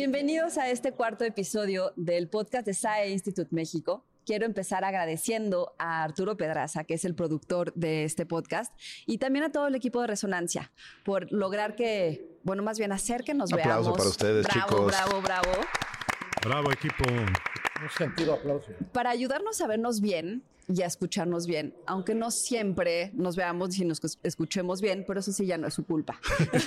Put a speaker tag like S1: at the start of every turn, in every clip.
S1: Bienvenidos a este cuarto episodio del podcast de SAE Institute México. Quiero empezar agradeciendo a Arturo Pedraza, que es el productor de este podcast, y también a todo el equipo de Resonancia por lograr que, bueno, más bien hacer que nos veamos.
S2: Aplauso para ustedes, chicos.
S1: Bravo.
S3: Bravo, equipo.
S4: Un sentido aplauso.
S1: Para ayudarnos a vernos bien y a escucharnos bien, aunque no siempre nos veamos y nos escuchemos bien, pero eso sí ya no es su culpa.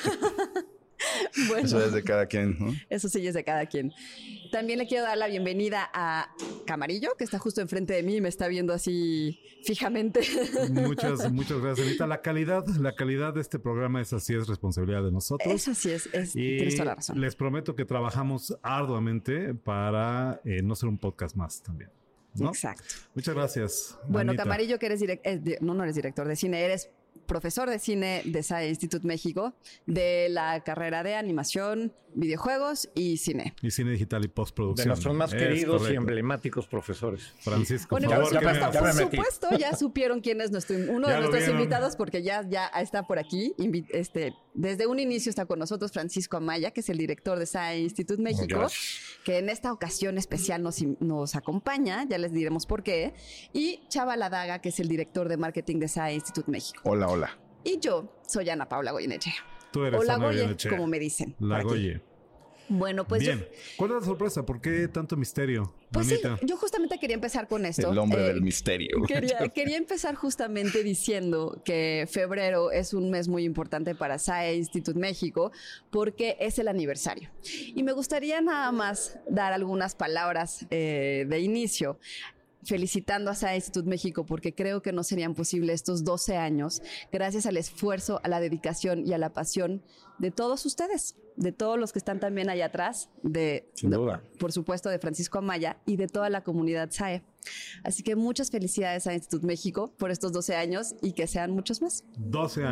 S2: Bueno, eso es de cada quien, ¿no?
S1: Eso sí es de cada quien. También le quiero dar la bienvenida a Camarillo, que está justo enfrente de mí y me está viendo así fijamente.
S3: Muchas gracias, Anita. La calidad de este programa es responsabilidad de nosotros.
S1: Eso sí es
S3: y
S1: tienes toda la razón.
S3: Les prometo que trabajamos arduamente para no ser un podcast más también, ¿no?
S1: Exacto.
S3: Muchas gracias,
S1: Bueno,
S3: Anita.
S1: Camarillo, que eres no eres director de cine, eres profesor de cine de SAE Institute México, de la carrera de animación, videojuegos y cine.
S3: Y cine digital y postproducción.
S4: De nuestros más queridos y emblemáticos profesores.
S3: Francisco,
S1: bueno,
S3: por favor.
S1: por supuesto, ya supieron quién es uno de nuestros invitados, porque ya está por aquí. Desde un inicio está con nosotros Francisco Amaya, que es el director de SAE Institute México, que en esta ocasión especial nos acompaña, ya les diremos por qué. Y Chava Ladaga, que es el director de marketing de SAE Institute México.
S2: Hola.
S1: Y yo soy Ana Paula Goyenechea.
S3: Tú eres
S1: o la
S3: Ana
S1: Goye,
S3: Goyenechea.
S1: como me dicen.
S3: La Goye.
S1: Bueno, pues
S3: bien. ¿Cuál es la sorpresa? ¿Por qué tanto misterio,
S1: pues
S3: Anita?
S1: Sí, yo justamente quería empezar con esto.
S2: El hombre del misterio.
S1: Quería empezar justamente diciendo que febrero es un mes muy importante para SAE Institute México porque es el aniversario. Y me gustaría nada más dar algunas palabras de inicio, felicitando a SAE Institute México porque creo que no serían posibles estos 12 años gracias al esfuerzo, a la dedicación y a la pasión de todos ustedes, de todos los que están también allá atrás,
S4: Sin duda.
S1: Por supuesto de Francisco Amaya y de toda la comunidad SAE. Así que muchas felicidades a Institute México por estos 12 años y que sean muchos más.
S3: 12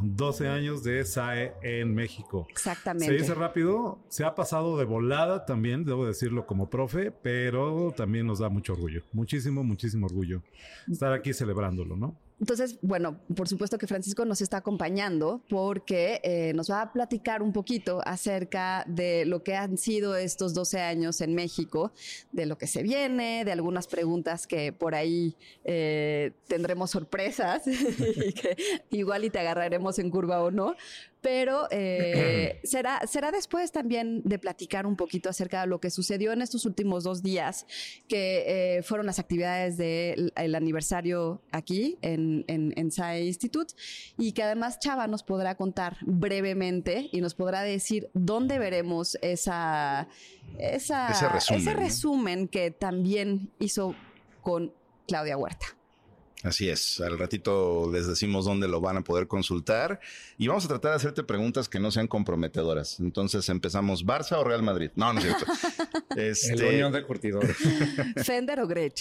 S3: años de SAE en México.
S1: Exactamente.
S3: Se dice rápido, se ha pasado de volada también, debo decirlo como profe, pero también nos da mucho orgullo, muchísimo orgullo estar aquí celebrándolo, ¿no?
S1: Entonces, bueno, por supuesto que Francisco nos está acompañando porque nos va a platicar un poquito acerca de lo que han sido estos 12 años en México, de lo que se viene, de algunas preguntas que por ahí tendremos sorpresas y que igual y te agarraremos en curva o no. Pero será después también de platicar un poquito acerca de lo que sucedió en estos últimos 2 días, que fueron las actividades del aniversario aquí en SAE Institute, y que además Chava nos podrá contar brevemente y nos podrá decir dónde veremos ese resumen que también hizo con Claudia Huerta.
S2: Así es, al ratito les decimos dónde lo van a poder consultar y vamos a tratar de hacerte preguntas que no sean comprometedoras. Entonces empezamos, ¿Barça o Real Madrid? No es cierto.
S4: El Unión de Curtidores.
S1: ¿Fender o Gretsch?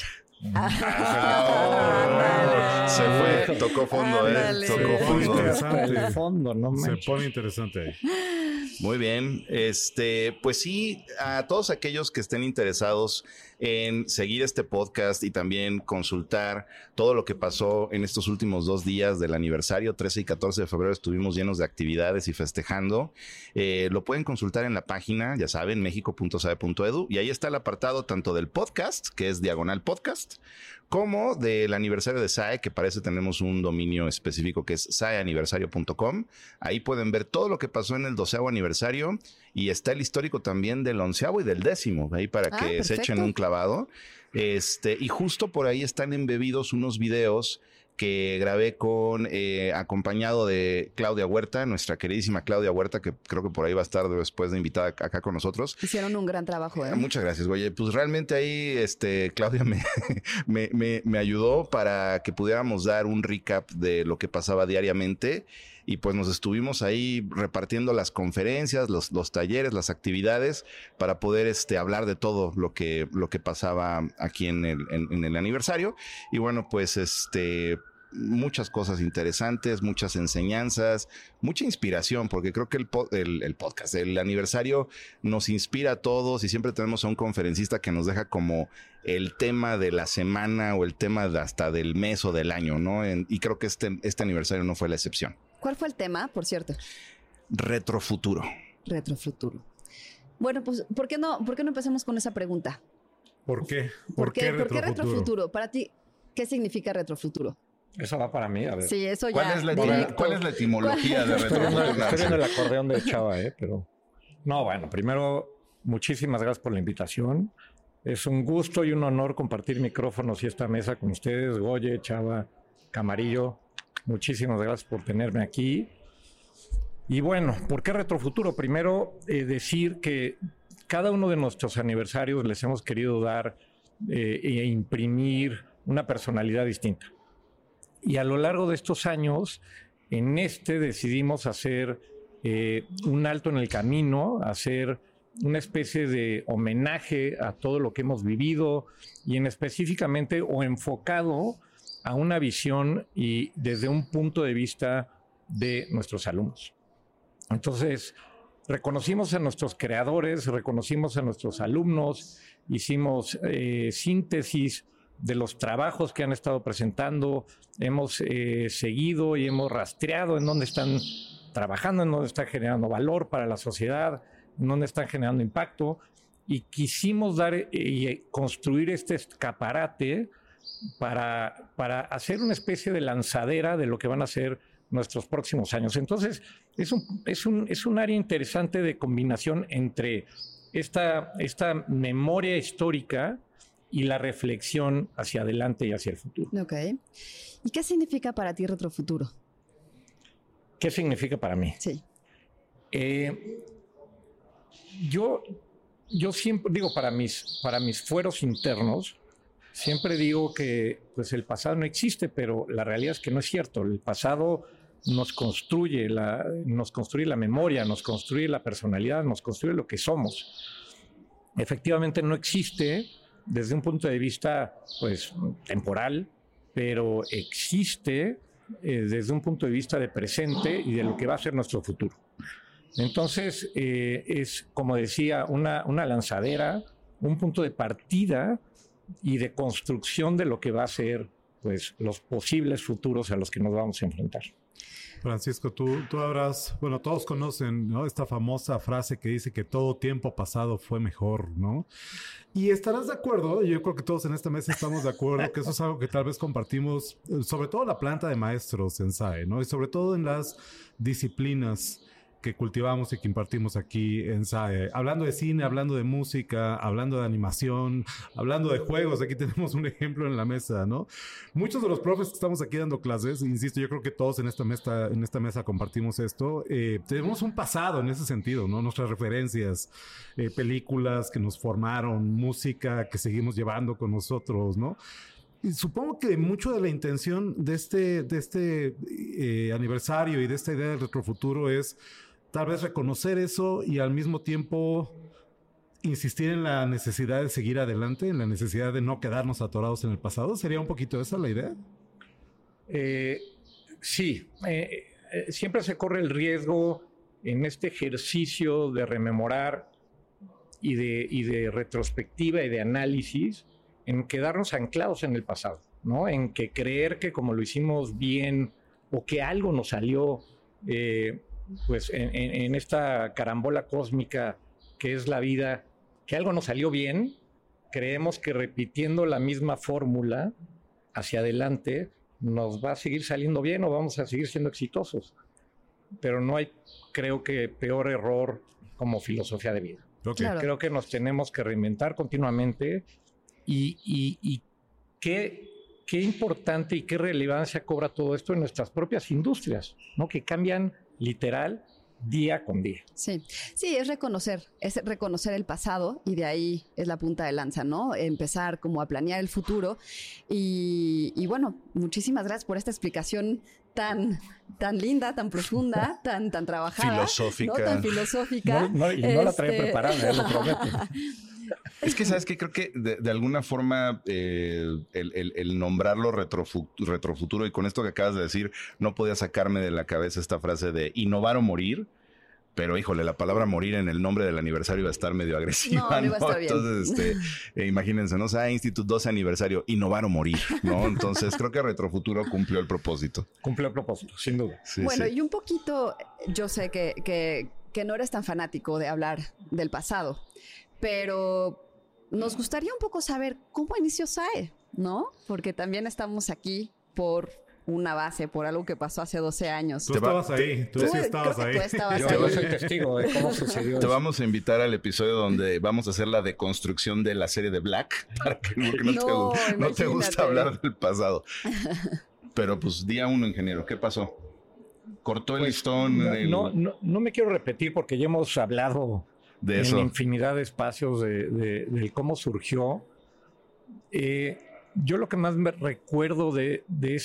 S2: Se fue, tocó fondo,
S3: Tocó
S2: fondo.
S4: Fondo, no manches.
S3: Se pone interesante ahí.
S2: Muy bien, pues sí, a todos aquellos que estén interesados en seguir este podcast y también consultar todo lo que pasó en estos últimos 2 días del aniversario, 13 y 14 de febrero estuvimos llenos de actividades y festejando, lo pueden consultar en la página, ya saben, mexico.sae.edu, y ahí está el apartado tanto del podcast, que es diagonal podcast, como del aniversario de SAE, que parece tenemos un dominio específico que es saeaniversario.com. Ahí pueden ver todo lo que pasó en el 12º aniversario y está el histórico también del 11º y del 10º, ahí para que
S1: perfecto.
S2: se echen un clavado. Y justo por ahí están embebidos unos videos que grabé acompañado de Claudia Huerta, nuestra queridísima Claudia Huerta, que creo que por ahí va a estar después de invitada acá con nosotros.
S1: Hicieron un gran trabajo, ¿eh?
S2: Muchas gracias, Goye. Pues realmente ahí Claudia me ayudó para que pudiéramos dar un recap de lo que pasaba diariamente y pues nos estuvimos ahí repartiendo las conferencias, los talleres, las actividades para poder hablar de todo lo que pasaba aquí en el aniversario. Y bueno, pues muchas cosas interesantes, muchas enseñanzas, mucha inspiración, porque creo que el podcast, el aniversario nos inspira a todos y siempre tenemos a un conferencista que nos deja como el tema de la semana o el tema hasta del mes o del año, ¿no? Y creo que este aniversario no fue la excepción.
S1: ¿Cuál fue el tema, por cierto?
S2: Retrofuturo.
S1: Retrofuturo. Bueno, pues, ¿por qué no empezamos con esa pregunta?
S3: ¿Por qué?
S1: ¿Por qué retrofuturo? Para ti, ¿qué significa retrofuturo?
S4: Eso va para mí, a ver.
S1: Sí, eso
S2: ¿Cuál es la etimología de retrofuturo?
S4: Estoy viendo el acordeón de Chava, pero... No, bueno, primero, muchísimas gracias por la invitación. Es un gusto y un honor compartir micrófonos y esta mesa con ustedes, Goye, Chava, Camarillo. Muchísimas gracias por tenerme aquí. Y bueno, ¿por qué retrofuturo? Primero, decir que cada uno de nuestros aniversarios les hemos querido dar e imprimir una personalidad distinta. Y a lo largo de estos años, en decidimos hacer un alto en el camino, hacer una especie de homenaje a todo lo que hemos vivido y específicamente o enfocado a una visión y desde un punto de vista de nuestros alumnos. Entonces, reconocimos a nuestros creadores, reconocimos a nuestros alumnos, hicimos síntesis de los trabajos que han estado presentando, hemos seguido y hemos rastreado en dónde están trabajando, en dónde están generando valor para la sociedad, en dónde están generando impacto, y quisimos dar y construir este escaparate para hacer una especie de lanzadera de lo que van a ser nuestros próximos años. Entonces, es un área interesante de combinación entre esta memoria histórica y la reflexión hacia adelante y hacia el futuro.
S1: Ok. ¿Y qué significa para ti retrofuturo?
S4: ¿Qué significa para mí?
S1: Sí.
S4: Yo siempre digo, para mis fueros internos, siempre digo que pues el pasado no existe, pero la realidad es que no es cierto. El pasado nos construye la memoria, nos construye la personalidad, nos construye lo que somos. Efectivamente no existe desde un punto de vista pues temporal, pero existe desde un punto de vista de presente y de lo que va a ser nuestro futuro. Entonces, es, como decía, una lanzadera, un punto de partida y de construcción de lo que va a ser pues, los posibles futuros a los que nos vamos a enfrentar.
S3: Francisco, tú habrás, bueno, todos conocen, ¿no?, esta famosa frase que dice que todo tiempo pasado fue mejor, ¿no? Y estarás de acuerdo, yo creo que todos en esta mesa estamos de acuerdo, que eso es algo que tal vez compartimos, sobre todo la planta de maestros en SAE, ¿no? Y sobre todo en las disciplinas que cultivamos y que impartimos aquí en SAE. Hablando de cine, hablando de música, hablando de animación, hablando de juegos. Aquí tenemos un ejemplo en la mesa, ¿no? Muchos de los profes que estamos aquí dando clases, insisto, yo creo que todos en esta mesa compartimos esto. Tenemos un pasado en ese sentido, ¿no? Nuestras referencias, películas que nos formaron, música que seguimos llevando con nosotros, ¿no? Y supongo que mucho de la intención de este aniversario y de esta idea del retrofuturo es tal vez reconocer eso y al mismo tiempo insistir en la necesidad de seguir adelante, en la necesidad de no quedarnos atorados en el pasado. ¿Sería un poquito esa la idea?
S4: Sí. Siempre se corre el riesgo en este ejercicio de rememorar y de retrospectiva y de análisis en quedarnos anclados en el pasado, ¿no? En que creer que como lo hicimos bien o que algo nos salió pues en esta carambola cósmica que es la vida, que algo nos salió bien, creemos que repitiendo la misma fórmula hacia adelante nos va a seguir saliendo bien o vamos a seguir siendo exitosos. Pero no hay, creo que, peor error como filosofía de vida.
S3: Okay.
S1: Claro.
S4: Creo que nos tenemos que reinventar continuamente y qué importante y qué relevancia cobra todo esto en nuestras propias industrias, ¿no? Que cambian literal día con día.
S1: Sí, es reconocer el pasado y de ahí es la punta de lanza, ¿no? Empezar como a planear el futuro y bueno, muchísimas gracias por esta explicación tan linda, tan profunda, tan trabajada.
S2: Filosófica.
S1: ¿No? Tan filosófica.
S4: No la traía preparada, lo prometo.
S2: Es que, ¿sabes qué? Creo que de alguna forma el nombrarlo retrofuturo, y con esto que acabas de decir, no podía sacarme de la cabeza esta frase de innovar o morir, pero híjole, la palabra morir en el nombre del aniversario iba a estar medio agresiva,
S1: no iba a estar bien.
S2: Entonces, imagínense, ¿no? SAE Institute 12 aniversario, innovar o morir, ¿no? Entonces, creo que retrofuturo cumplió el propósito.
S4: Cumplió el propósito, sin duda.
S1: Sí, bueno, sí. Y un poquito, yo sé que que no eres tan fanático de hablar del pasado, pero nos gustaría un poco saber cómo inició SAE, ¿no? Porque también estamos aquí por una base, por algo que pasó hace 12 años.
S3: Tú estabas ahí, tú sí estabas ahí.
S4: Yo soy testigo de cómo sucedió.
S2: Te vamos a invitar al episodio donde vamos a hacer la deconstrucción de la serie de Black, para que no te gusta hablar del pasado. Pero pues día 1, ingeniero, ¿qué pasó? Cortó el listón.
S4: No me quiero repetir porque ya hemos hablado
S2: de eso.
S4: En infinidad de espacios de cómo surgió. Yo lo que más me recuerdo de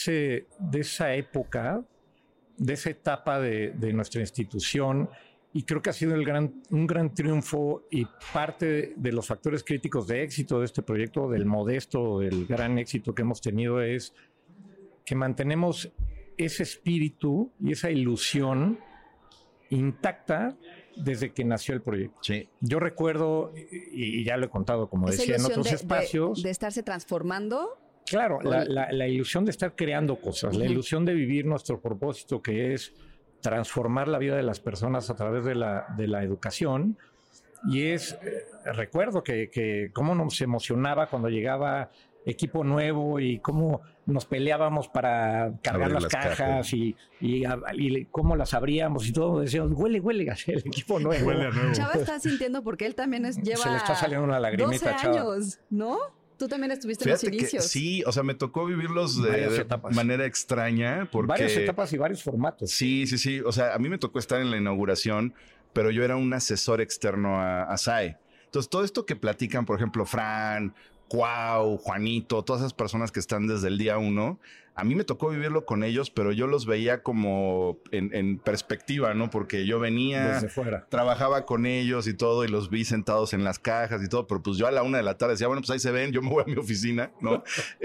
S4: esa época, de esa etapa de nuestra institución, y creo que ha sido un gran triunfo y parte de los factores críticos de éxito de este proyecto, del modesto, del gran éxito que hemos tenido, es que mantenemos ese espíritu y esa ilusión intacta desde que nació el proyecto.
S2: Sí.
S4: Yo recuerdo, y ya lo he contado, como
S1: esa
S4: decía en otros
S1: de,
S4: espacios.
S1: De estarse transformando.
S4: Claro, la ilusión de estar creando cosas, la ilusión de vivir nuestro propósito, que es transformar la vida de las personas a través de la educación. Y recuerdo que cómo nos emocionaba cuando llegaba equipo nuevo y cómo nos peleábamos para cargar las cajas y cómo las abríamos y todo. Decíamos, huele el equipo nuevo.
S3: Huele a nuevo.
S1: Chava está sintiendo porque él también lleva
S4: Se le está saliendo una lagrimita,
S1: 12 años, ¿no? Tú también estuviste
S2: Fíjate
S1: en los inicios.
S2: Sí, o sea, me tocó vivirlos de manera extraña. Porque
S4: varias etapas y varios formatos.
S2: Sí. O sea, a mí me tocó estar en la inauguración, pero yo era un asesor externo a SAE. Entonces, todo esto que platican, por ejemplo, Fran, Cuau, Juanito, todas esas personas que están desde el día 1, a mí me tocó vivirlo con ellos, pero yo los veía como en perspectiva, ¿no? Porque yo venía,
S4: desde fuera,
S2: trabajaba con ellos y todo, y los vi sentados en las cajas y todo, pero pues yo a la 1 de la tarde decía, bueno, pues ahí se ven, yo me voy a mi oficina, ¿no?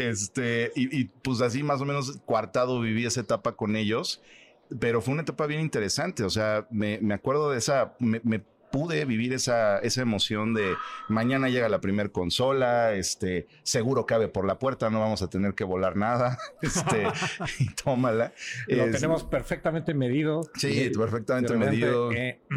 S2: y pues así más o menos coartado viví esa etapa con ellos, pero fue una etapa bien interesante, o sea, me acuerdo de esa, me pude vivir esa emoción de mañana llega la primer consola, seguro cabe por la puerta, no vamos a tener que volar nada, y tómala.
S4: Lo tenemos perfectamente medido.
S2: Sí, perfectamente medido.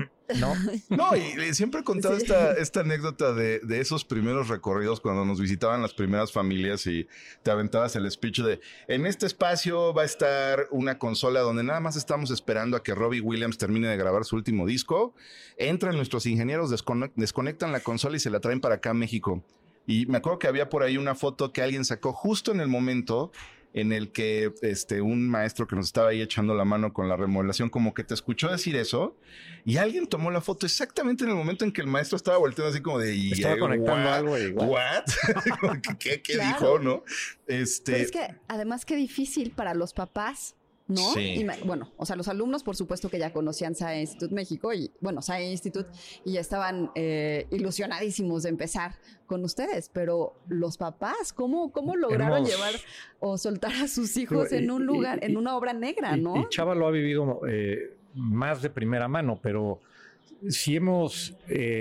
S2: No, y siempre he contado esta anécdota de esos primeros recorridos cuando nos visitaban las primeras familias y te aventabas el speech de en este espacio va a estar una consola donde nada más estamos esperando a que Robbie Williams termine de grabar su último disco. Entran nuestros ingenieros, desconectan la consola y se la traen para acá a México. Y me acuerdo que había por ahí una foto que alguien sacó justo en el momento en el que un maestro que nos estaba ahí echando la mano con la remodelación como que te escuchó decir eso y alguien tomó la foto exactamente en el momento en que el maestro estaba volteando así como de
S4: estaba conectando algo igual.
S2: ¿What? ¿Qué
S1: claro.
S2: dijo, no?
S1: Pero es que además qué difícil para los papás, ¿no?
S2: Sí.
S1: Y bueno, o sea, los alumnos por supuesto que ya conocían SAE Institute México y bueno, SAE Institute y ya estaban ilusionadísimos de empezar con ustedes, pero los papás, ¿cómo lograron llevar o soltar a sus hijos en un lugar, en una obra negra, ¿no?
S4: Y Chava lo ha vivido más de primera mano, pero sí hemos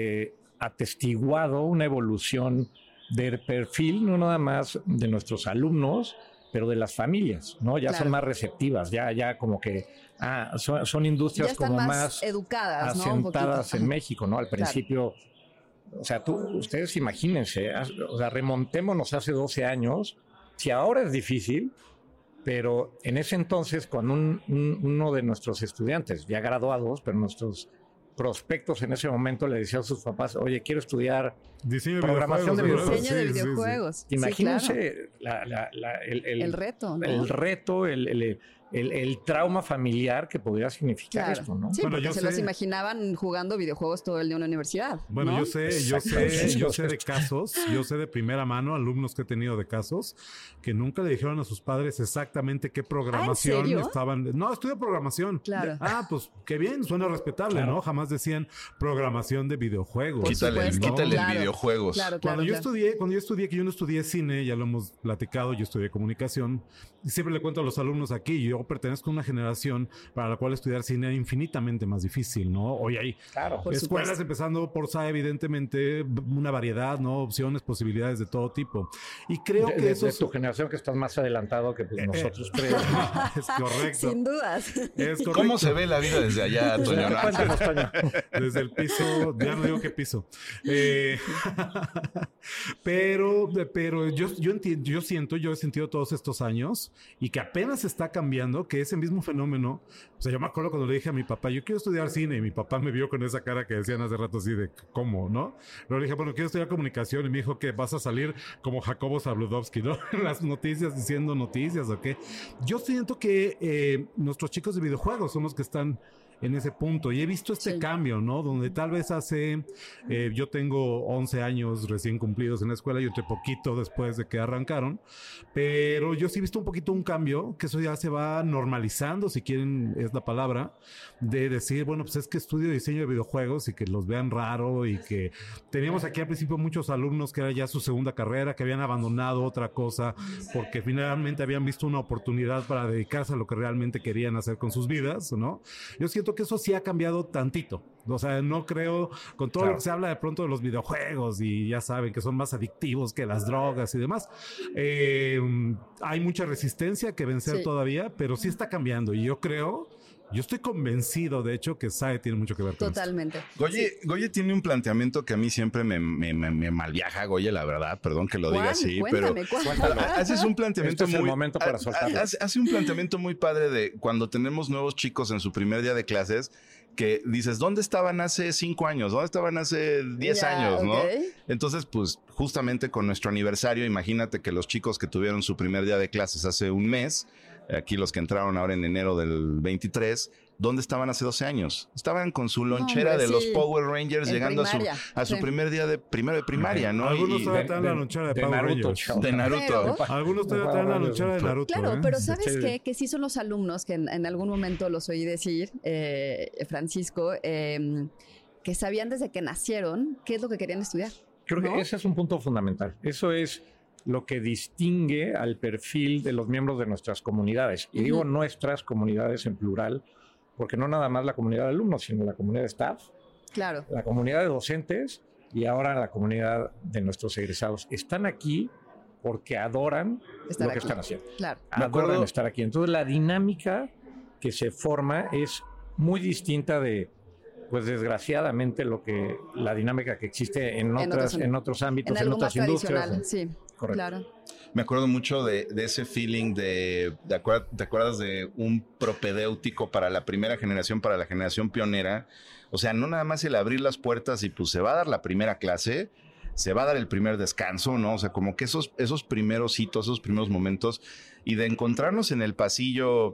S4: atestiguado una evolución del perfil, no nada más de nuestros alumnos, pero de las familias, ¿no? Ya son más receptivas, ya como que son industrias como más
S1: educadas, ¿no?
S4: asentadas en México, ¿no? Al principio, o sea, ustedes imagínense, o sea, remontémonos hace 12 años, si ahora es difícil, pero en ese entonces con uno de nuestros estudiantes, ya graduados, pero nuestros prospectos en ese momento le decía a sus papás, oye, quiero estudiar programación de videojuegos.
S1: Diseño de videojuegos.
S4: Sí. Imagínense el
S1: reto, ¿no?
S4: El reto, el trauma familiar que podría significar esto, ¿no?
S1: Sí, bueno, porque los imaginaban jugando videojuegos todo el día en la universidad.
S3: Bueno,
S1: ¿no?
S3: yo sé de casos, yo sé de primera mano, alumnos que he tenido de casos, que nunca le dijeron a sus padres exactamente qué programación estaban. No, estudio programación.
S1: Claro.
S3: Pues qué bien, suena respetable, ¿no? Jamás decían programación de videojuegos.
S2: Quítale el videojuegos.
S1: Claro,
S3: cuando yo estudié, que yo no estudié cine, ya lo hemos platicado, yo estudié comunicación, y siempre le cuento a los alumnos aquí, yo pertenezco a una generación para la cual estudiar cine era infinitamente más difícil, ¿no? Hoy hay escuelas, empezando por SAE, evidentemente, una variedad, ¿no? Opciones, posibilidades de todo tipo. Y creo que eso...
S4: De tu generación que estás más adelantado que pues, nosotros tres.
S3: Es correcto.
S1: Sin dudas.
S3: Es correcto.
S2: ¿Cómo se ve la vida desde allá, Toño?
S4: Cuéntanos, Toño.
S3: Desde el piso, ya no digo qué piso. Pero yo he sentido todos estos años y que apenas está cambiando, que ese mismo fenómeno, o sea, yo me acuerdo cuando le dije a mi papá, yo quiero estudiar cine, y mi papá me vio con esa cara que decían hace rato así de, ¿cómo, no? Luego le dije, bueno, quiero estudiar comunicación, y me dijo que vas a salir como Jacobo Zabludovsky, ¿no? En las noticias, diciendo noticias, ¿o qué? Yo siento que nuestros chicos de videojuegos son los que están en ese punto, y he visto este cambio, ¿no? Donde tal vez yo tengo 11 años recién cumplidos en la escuela, y entré poquito después de que arrancaron, pero yo sí he visto un poquito un cambio, que eso ya se va normalizando, si quieren es la palabra, de decir, bueno, pues es que estudio diseño de videojuegos y que los vean raro, y que teníamos aquí al principio muchos alumnos que era ya su segunda carrera, que habían abandonado otra cosa porque finalmente habían visto una oportunidad para dedicarse a lo que realmente querían hacer con sus vidas, ¿no? Yo siento que eso sí ha cambiado tantito. O sea, no creo, con todo lo que se habla de pronto de los videojuegos, y ya saben que son más adictivos que las drogas y demás, hay mucha resistencia que vencer todavía, pero sí está cambiando, y yo estoy convencido, de hecho, que SAE tiene mucho que ver con
S1: Totalmente.
S2: Esto. Goye tiene un planteamiento que a mí siempre me malviaja, Goye, la verdad. Perdón que lo diga así,
S1: Cuéntame,
S2: pero haces un planteamiento
S4: este es el momento para soltarlo.
S2: Hace un planteamiento muy padre de cuando tenemos nuevos chicos en su primer día de clases, que dices, ¿dónde estaban hace 5 años? ¿Dónde estaban hace 10 años? ¿No? Entonces, pues, justamente con nuestro aniversario, imagínate que los chicos que tuvieron su primer día de clases hace un mes, aquí los que entraron ahora en enero del 23, ¿dónde estaban hace 12 años? Estaban con su lonchera de los Power Rangers, llegando a su primer día de primero de primaria, ¿no?
S3: Algunos todavía traen la lonchera de Power Rangers.
S2: De Naruto.
S3: Algunos todavía traen la lonchera de Naruto.
S1: Claro, pero ¿sabes qué? Que sí son los alumnos que en algún momento los oí decir, Francisco, que sabían desde que nacieron qué es lo que querían estudiar.
S4: Creo que ese es un punto fundamental. Eso es lo que distingue al perfil de los miembros de nuestras comunidades. Y digo nuestras comunidades en plural, porque no nada más la comunidad de alumnos, sino la comunidad de staff, la comunidad de docentes y ahora la comunidad de nuestros egresados. Están aquí porque adoran lo que están haciendo.
S1: Claro.
S4: Adoran estar aquí. Entonces la dinámica que se forma es muy distinta de, pues desgraciadamente, la dinámica que existe en otros ámbitos, en otras industrias.
S1: Sí.
S4: Correcto.
S1: Claro.
S2: Me acuerdo mucho de ese feeling ¿te acuerdas de un propedéutico para la primera generación, para la generación pionera? O sea, no nada más el abrir las puertas y pues se va a dar la primera clase, se va a dar el primer descanso, ¿no? O sea, como que esos primeros hitos, esos primeros momentos, y de encontrarnos en el pasillo,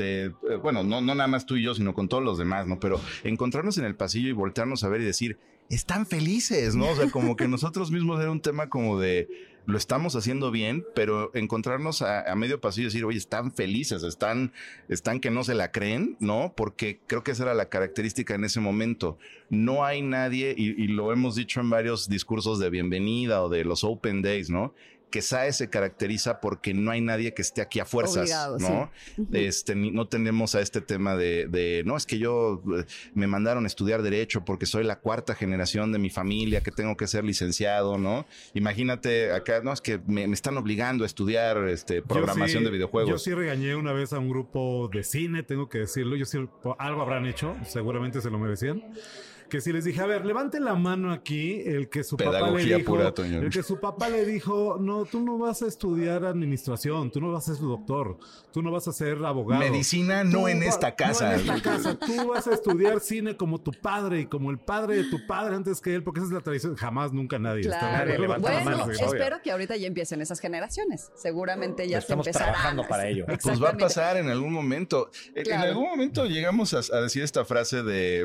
S2: bueno, no nada más tú y yo, sino con todos los demás, ¿no? Pero encontrarnos en el pasillo y voltearnos a ver y decir, están felices, ¿no? O sea, como que nosotros mismos era un tema como de, lo estamos haciendo bien, pero encontrarnos a medio pasillo y decir, oye, están felices, están que no se la creen, ¿no? Porque creo que esa era la característica en ese momento. No hay nadie, y lo hemos dicho en varios discursos de bienvenida o de los Open Days, ¿no? Que SAE se caracteriza porque no hay nadie que esté aquí a fuerzas, obligado, ¿no? Sí. No tenemos a este tema de no, es que yo me mandaron a estudiar Derecho porque soy la 4ª generación de mi familia, que tengo que ser licenciado, ¿no? Imagínate acá, no, es que me están obligando a estudiar programación de videojuegos.
S3: Yo sí regañé una vez a un grupo de cine, tengo que decirlo. Yo sí, algo habrán hecho, seguramente se lo merecían. Que si les dije, a ver, levanten la mano aquí el que su papá le dijo,
S2: pura, Toño.
S3: El que su papá le dijo, no, tú no vas a estudiar administración, tú no vas a ser doctor, tú no vas a ser abogado.
S2: Medicina no en esta casa.
S3: No en esta casa, tú vas a estudiar cine como tu padre y como el padre de tu padre antes que él, porque esa es la tradición. Jamás, nunca nadie.
S1: Claro.
S4: Levanta la mano.
S1: Espero que ahorita ya empiecen esas generaciones. Seguramente ya
S4: estamos trabajando para ello.
S2: Pues va a pasar en algún momento. Claro. En algún momento llegamos a decir esta frase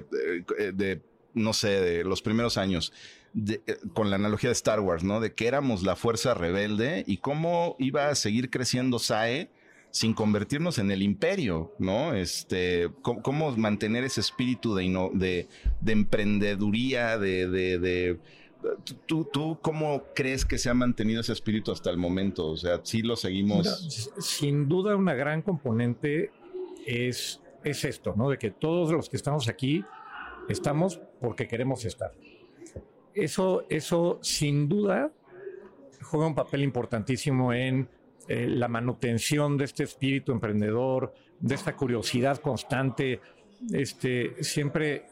S2: de no sé, de los primeros años, con la analogía de Star Wars, ¿no? De que éramos la fuerza rebelde y cómo iba a seguir creciendo SAE sin convertirnos en el imperio, ¿no? Cómo mantener ese espíritu de emprendeduría, ¿Tú cómo crees que se ha mantenido ese espíritu hsta el momento? O sea, ¿sí lo seguimos?
S4: Sin duda, una gran componente es esto, ¿no? De que todos los que estamos aquí estamos porque queremos estar. Eso sin duda juega un papel importantísimo en la manutención de este espíritu emprendedor, de esta curiosidad constante, siempre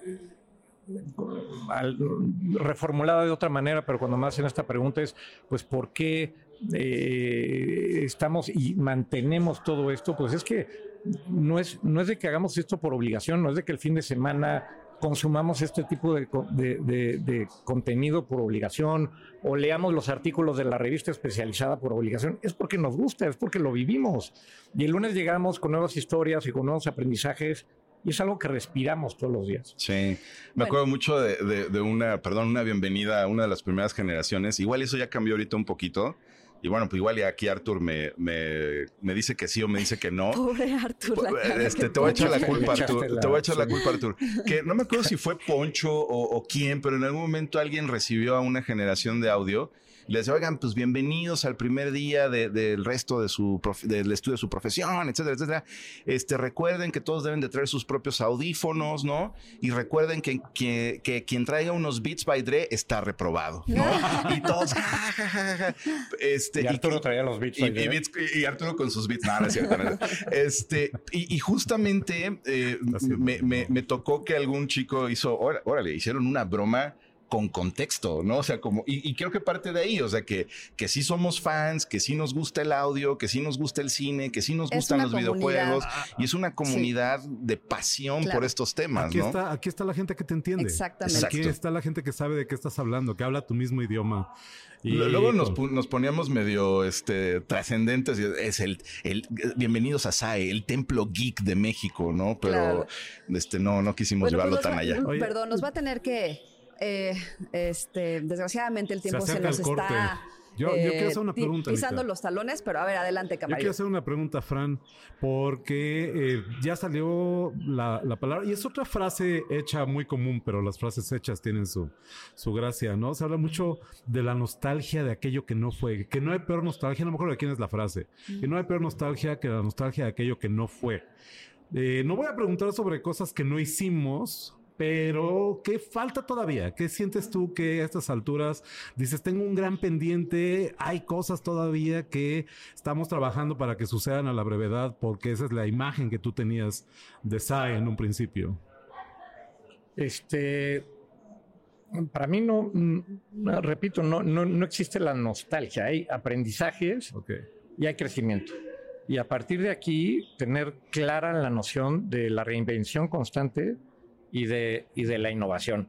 S4: reformulada de otra manera, pero cuando me hacen esta pregunta es, pues, ¿por qué estamos y mantenemos todo esto? Pues es que no es de que hagamos esto por obligación, no es de que el fin de semana consumamos este tipo de contenido por obligación o leamos los artículos de la revista especializada por obligación. Es porque nos gusta, es porque lo vivimos. Y el lunes llegamos con nuevas historias y con nuevos aprendizajes y es algo que respiramos todos los días.
S2: Sí, me acuerdo mucho de una bienvenida a una de las primeras generaciones. Igual eso ya cambió ahorita un poquito. Y bueno, pues igual y aquí Arthur me dice que sí o me dice que no.
S1: Pobre Arthur.
S2: Te voy a echar la culpa, Arthur. Te voy a echar la culpa, Arthur. Que no me acuerdo si fue Poncho o quién, pero en algún momento alguien recibió a una generación de audio y les decía, oigan, pues bienvenidos al primer día del resto del estudio de su profesión, etcétera, etcétera. Recuerden que todos deben de traer sus propios audífonos, ¿no? Y recuerden que quien traiga unos Beats by Dre está reprobado, ¿no? Y todos,
S4: y Arturo traía los Beats by Dre.
S2: Y Arturo con sus Beats, no es cierto. No es cierto. Y justamente me tocó que algún chico hicieron una broma con contexto, ¿no? O sea, y creo que parte de ahí, o sea, que sí somos fans, que sí nos gusta el audio, que sí nos gusta el cine, que sí nos gustan los videojuegos, y es una comunidad de pasión por estos temas, ¿no?
S3: Aquí está la gente que te entiende.
S1: Exactamente.
S3: Aquí está la gente que sabe de qué estás hablando, que habla tu mismo idioma. Y
S2: luego nos poníamos medio trascendentes. Es el bienvenidos a SAE, el templo geek de México, ¿no? Pero no quisimos llevarlo tan allá.
S1: Perdón, nos va a tener que desgraciadamente el tiempo se nos está
S3: yo quiero hacer una pregunta,
S1: pisando
S3: Anita.
S1: los talones, pero a ver, adelante, camarero.
S3: Yo quiero hacer una pregunta, Fran, porque ya salió la palabra, y es otra frase hecha muy común, pero las frases hechas tienen su gracia, ¿no? Se habla mucho de la nostalgia de aquello que no fue, que no hay peor nostalgia, no me acuerdo de quién es la frase, que no hay peor nostalgia que la nostalgia de aquello que no fue. No voy a preguntar sobre cosas que no hicimos, pero ¿qué falta todavía? ¿Qué sientes tú que a estas alturas dices, tengo un gran pendiente, hay cosas todavía que estamos trabajando para que sucedan a la brevedad, porque esa es la imagen que tú tenías de SAE en un principio?
S4: Para mí repito, no existe la nostalgia, hay aprendizajes y hay crecimiento. Y a partir de aquí, tener clara la noción de la reinvención constante y de la innovación.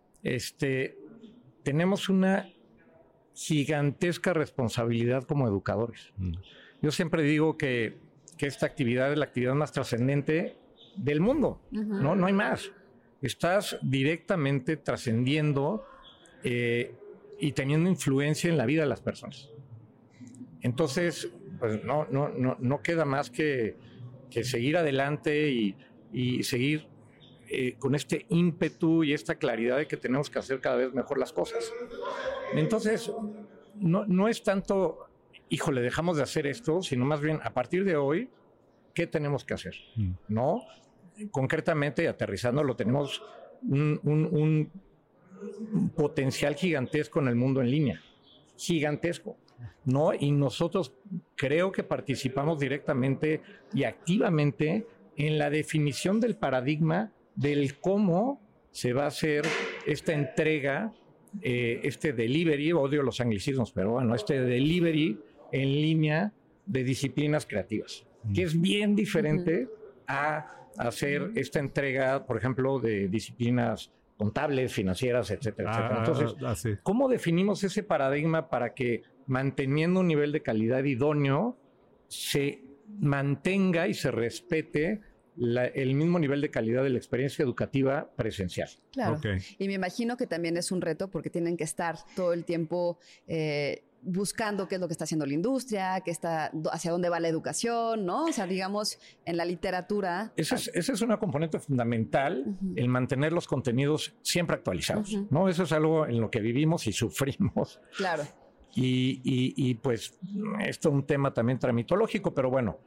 S4: Tenemos una gigantesca responsabilidad como educadores. Yo siempre digo que esta actividad es la actividad más trascendente del mundo. No hay más. Estás directamente trascendiendo y teniendo influencia en la vida de las personas. Entonces, pues no queda más que seguir adelante y seguir con este ímpetu y esta claridad de que tenemos que hacer cada vez mejor las cosas. Entonces, no es tanto, híjole, dejamos de hacer esto, sino más bien, a partir de hoy, ¿qué tenemos que hacer? ¿No? Concretamente, aterrizándolo, tenemos un potencial gigantesco en el mundo en línea. Gigantesco. ¿No? Y nosotros creo que participamos directamente y activamente en la definición del paradigma del cómo se va a hacer esta entrega, delivery, odio los anglicismos, pero bueno, delivery en línea de disciplinas creativas, que es bien diferente a hacer esta entrega, por ejemplo, de disciplinas contables, financieras, etcétera, etcétera. Entonces, ¿cómo definimos ese paradigma para que, manteniendo un nivel de calidad idóneo, se mantenga y se respete el mismo nivel de calidad de la experiencia educativa presencial?
S1: Claro. Y me imagino que también es un reto porque tienen que estar todo el tiempo buscando qué es lo que está haciendo la industria, hacia dónde va la educación, ¿no? O sea, digamos, en la literatura. Esa
S4: es una componente fundamental, el mantener los contenidos siempre actualizados, ¿no? Eso es algo en lo que vivimos y sufrimos.
S1: Claro.
S4: Y pues esto es un tema también tramitológico, pero bueno,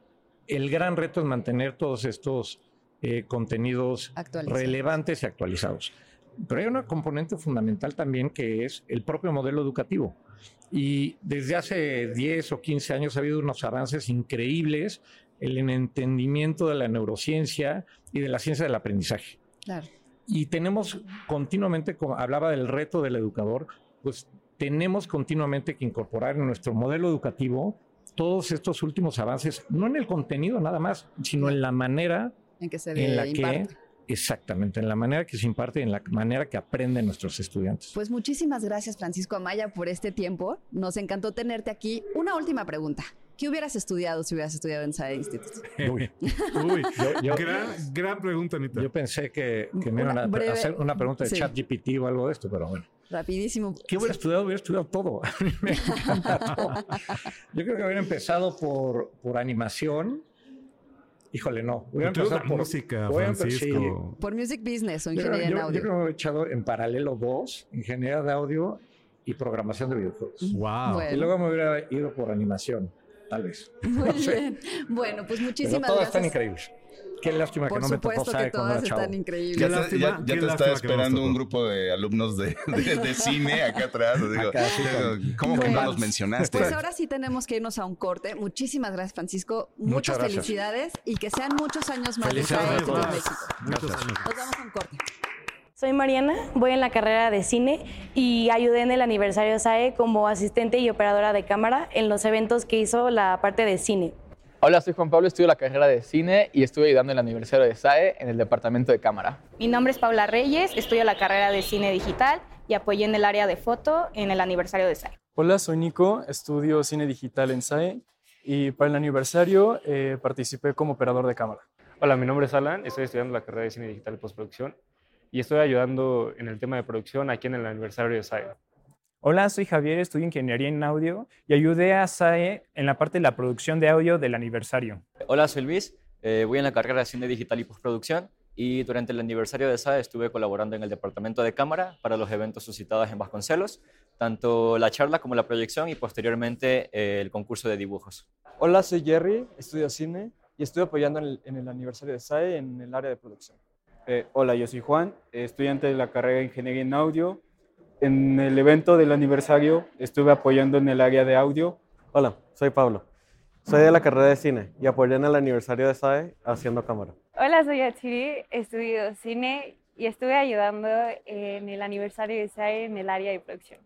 S4: el gran reto es mantener todos estos contenidos relevantes y actualizados. Pero hay una componente fundamental también que es el propio modelo educativo. Y desde hace 10 o 15 años ha habido unos avances increíbles en el entendimiento de la neurociencia y de la ciencia del aprendizaje.
S1: Claro.
S4: Y tenemos continuamente, como hablaba del reto del educador, pues tenemos continuamente que incorporar en nuestro modelo educativo todos estos últimos avances, no en el contenido nada más, sino en la manera
S1: en que se
S4: imparte. Exactamente, en la manera que se imparte y en la manera que aprenden nuestros estudiantes.
S1: Pues muchísimas gracias, Francisco Amaya, por este tiempo. Nos encantó tenerte aquí. Una última pregunta. ¿Qué hubieras estudiado si hubieras estudiado en SAE Institute?
S3: Uy, gran pregunta, Anita.
S4: Yo pensé que me iban a hacer una pregunta de ChatGPT o algo de esto, pero bueno.
S1: Rapidísimo.
S4: ¿Qué hubiera estudiado? Hubiera estudiado todo. A mí me encanta todo. Yo creo que hubiera empezado por animación. Híjole, no. Hubiera empezado por
S3: música, Francisco.
S1: Por music business o ingeniería en audio.
S4: Yo creo que me he echado en paralelo 2, ingeniería de audio y programación de videojuegos.
S3: Wow.
S1: Bueno.
S4: Y luego me hubiera ido por animación, tal vez.
S1: Muy bien. Bueno, pues muchísimas
S4: Pero todas
S1: gracias.
S4: están increíbles. Qué lástima que no me tocó SAE cuando era chavo.
S1: Están increíbles.
S2: Ya te está esperando un grupo de alumnos de cine acá atrás. Digo,
S4: Acá, sí,
S2: ¿cómo que no los mencionaste?
S1: Pues ahora sí tenemos que irnos a un corte. Muchísimas gracias, Francisco.
S4: Muchas gracias.
S1: Felicidades y que sean muchos años más de
S4: Felicidades
S1: SAE
S4: a
S1: en
S4: todos.
S1: México.
S3: Muchos años.
S1: Nos vamos a un corte.
S5: Soy Mariana, voy en la carrera de cine y ayudé en el aniversario de SAE como asistente y operadora de cámara en los eventos que hizo la parte de cine.
S6: Hola, soy Juan Pablo, estudio la carrera de cine y estuve ayudando en el aniversario de SAE en el departamento de cámara.
S7: Mi nombre es Paula Reyes, estudio la carrera de cine digital y apoyé en el área de foto en el aniversario de SAE.
S8: Hola, soy Nico, estudio cine digital en SAE y para el aniversario participé como operador de cámara.
S9: Hola, mi nombre es Alan, estoy estudiando la carrera de cine digital y postproducción y estoy ayudando en el tema de producción aquí en el aniversario de SAE.
S10: Hola, soy Javier, estudio ingeniería en audio y ayudé a SAE en la parte de la producción de audio del aniversario.
S6: Hola, soy Luis, voy en la carrera de cine digital y postproducción y durante el aniversario de SAE estuve colaborando en el departamento de cámara para los eventos suscitados en Vasconcelos, tanto la charla como la proyección y posteriormente el concurso de dibujos.
S8: Hola, soy Jerry, estudio cine y estoy apoyando en el aniversario de SAE en el área de producción.
S11: Hola, yo soy Juan, estudiante de la carrera de ingeniería en audio. En el evento del aniversario estuve apoyando en el área de audio.
S12: Hola, soy Pablo. Soy de la carrera de cine y apoyé en el aniversario de SAE haciendo cámara.
S13: Hola, soy Achiri, estudio cine y estuve ayudando en el aniversario de SAE en el área de producción.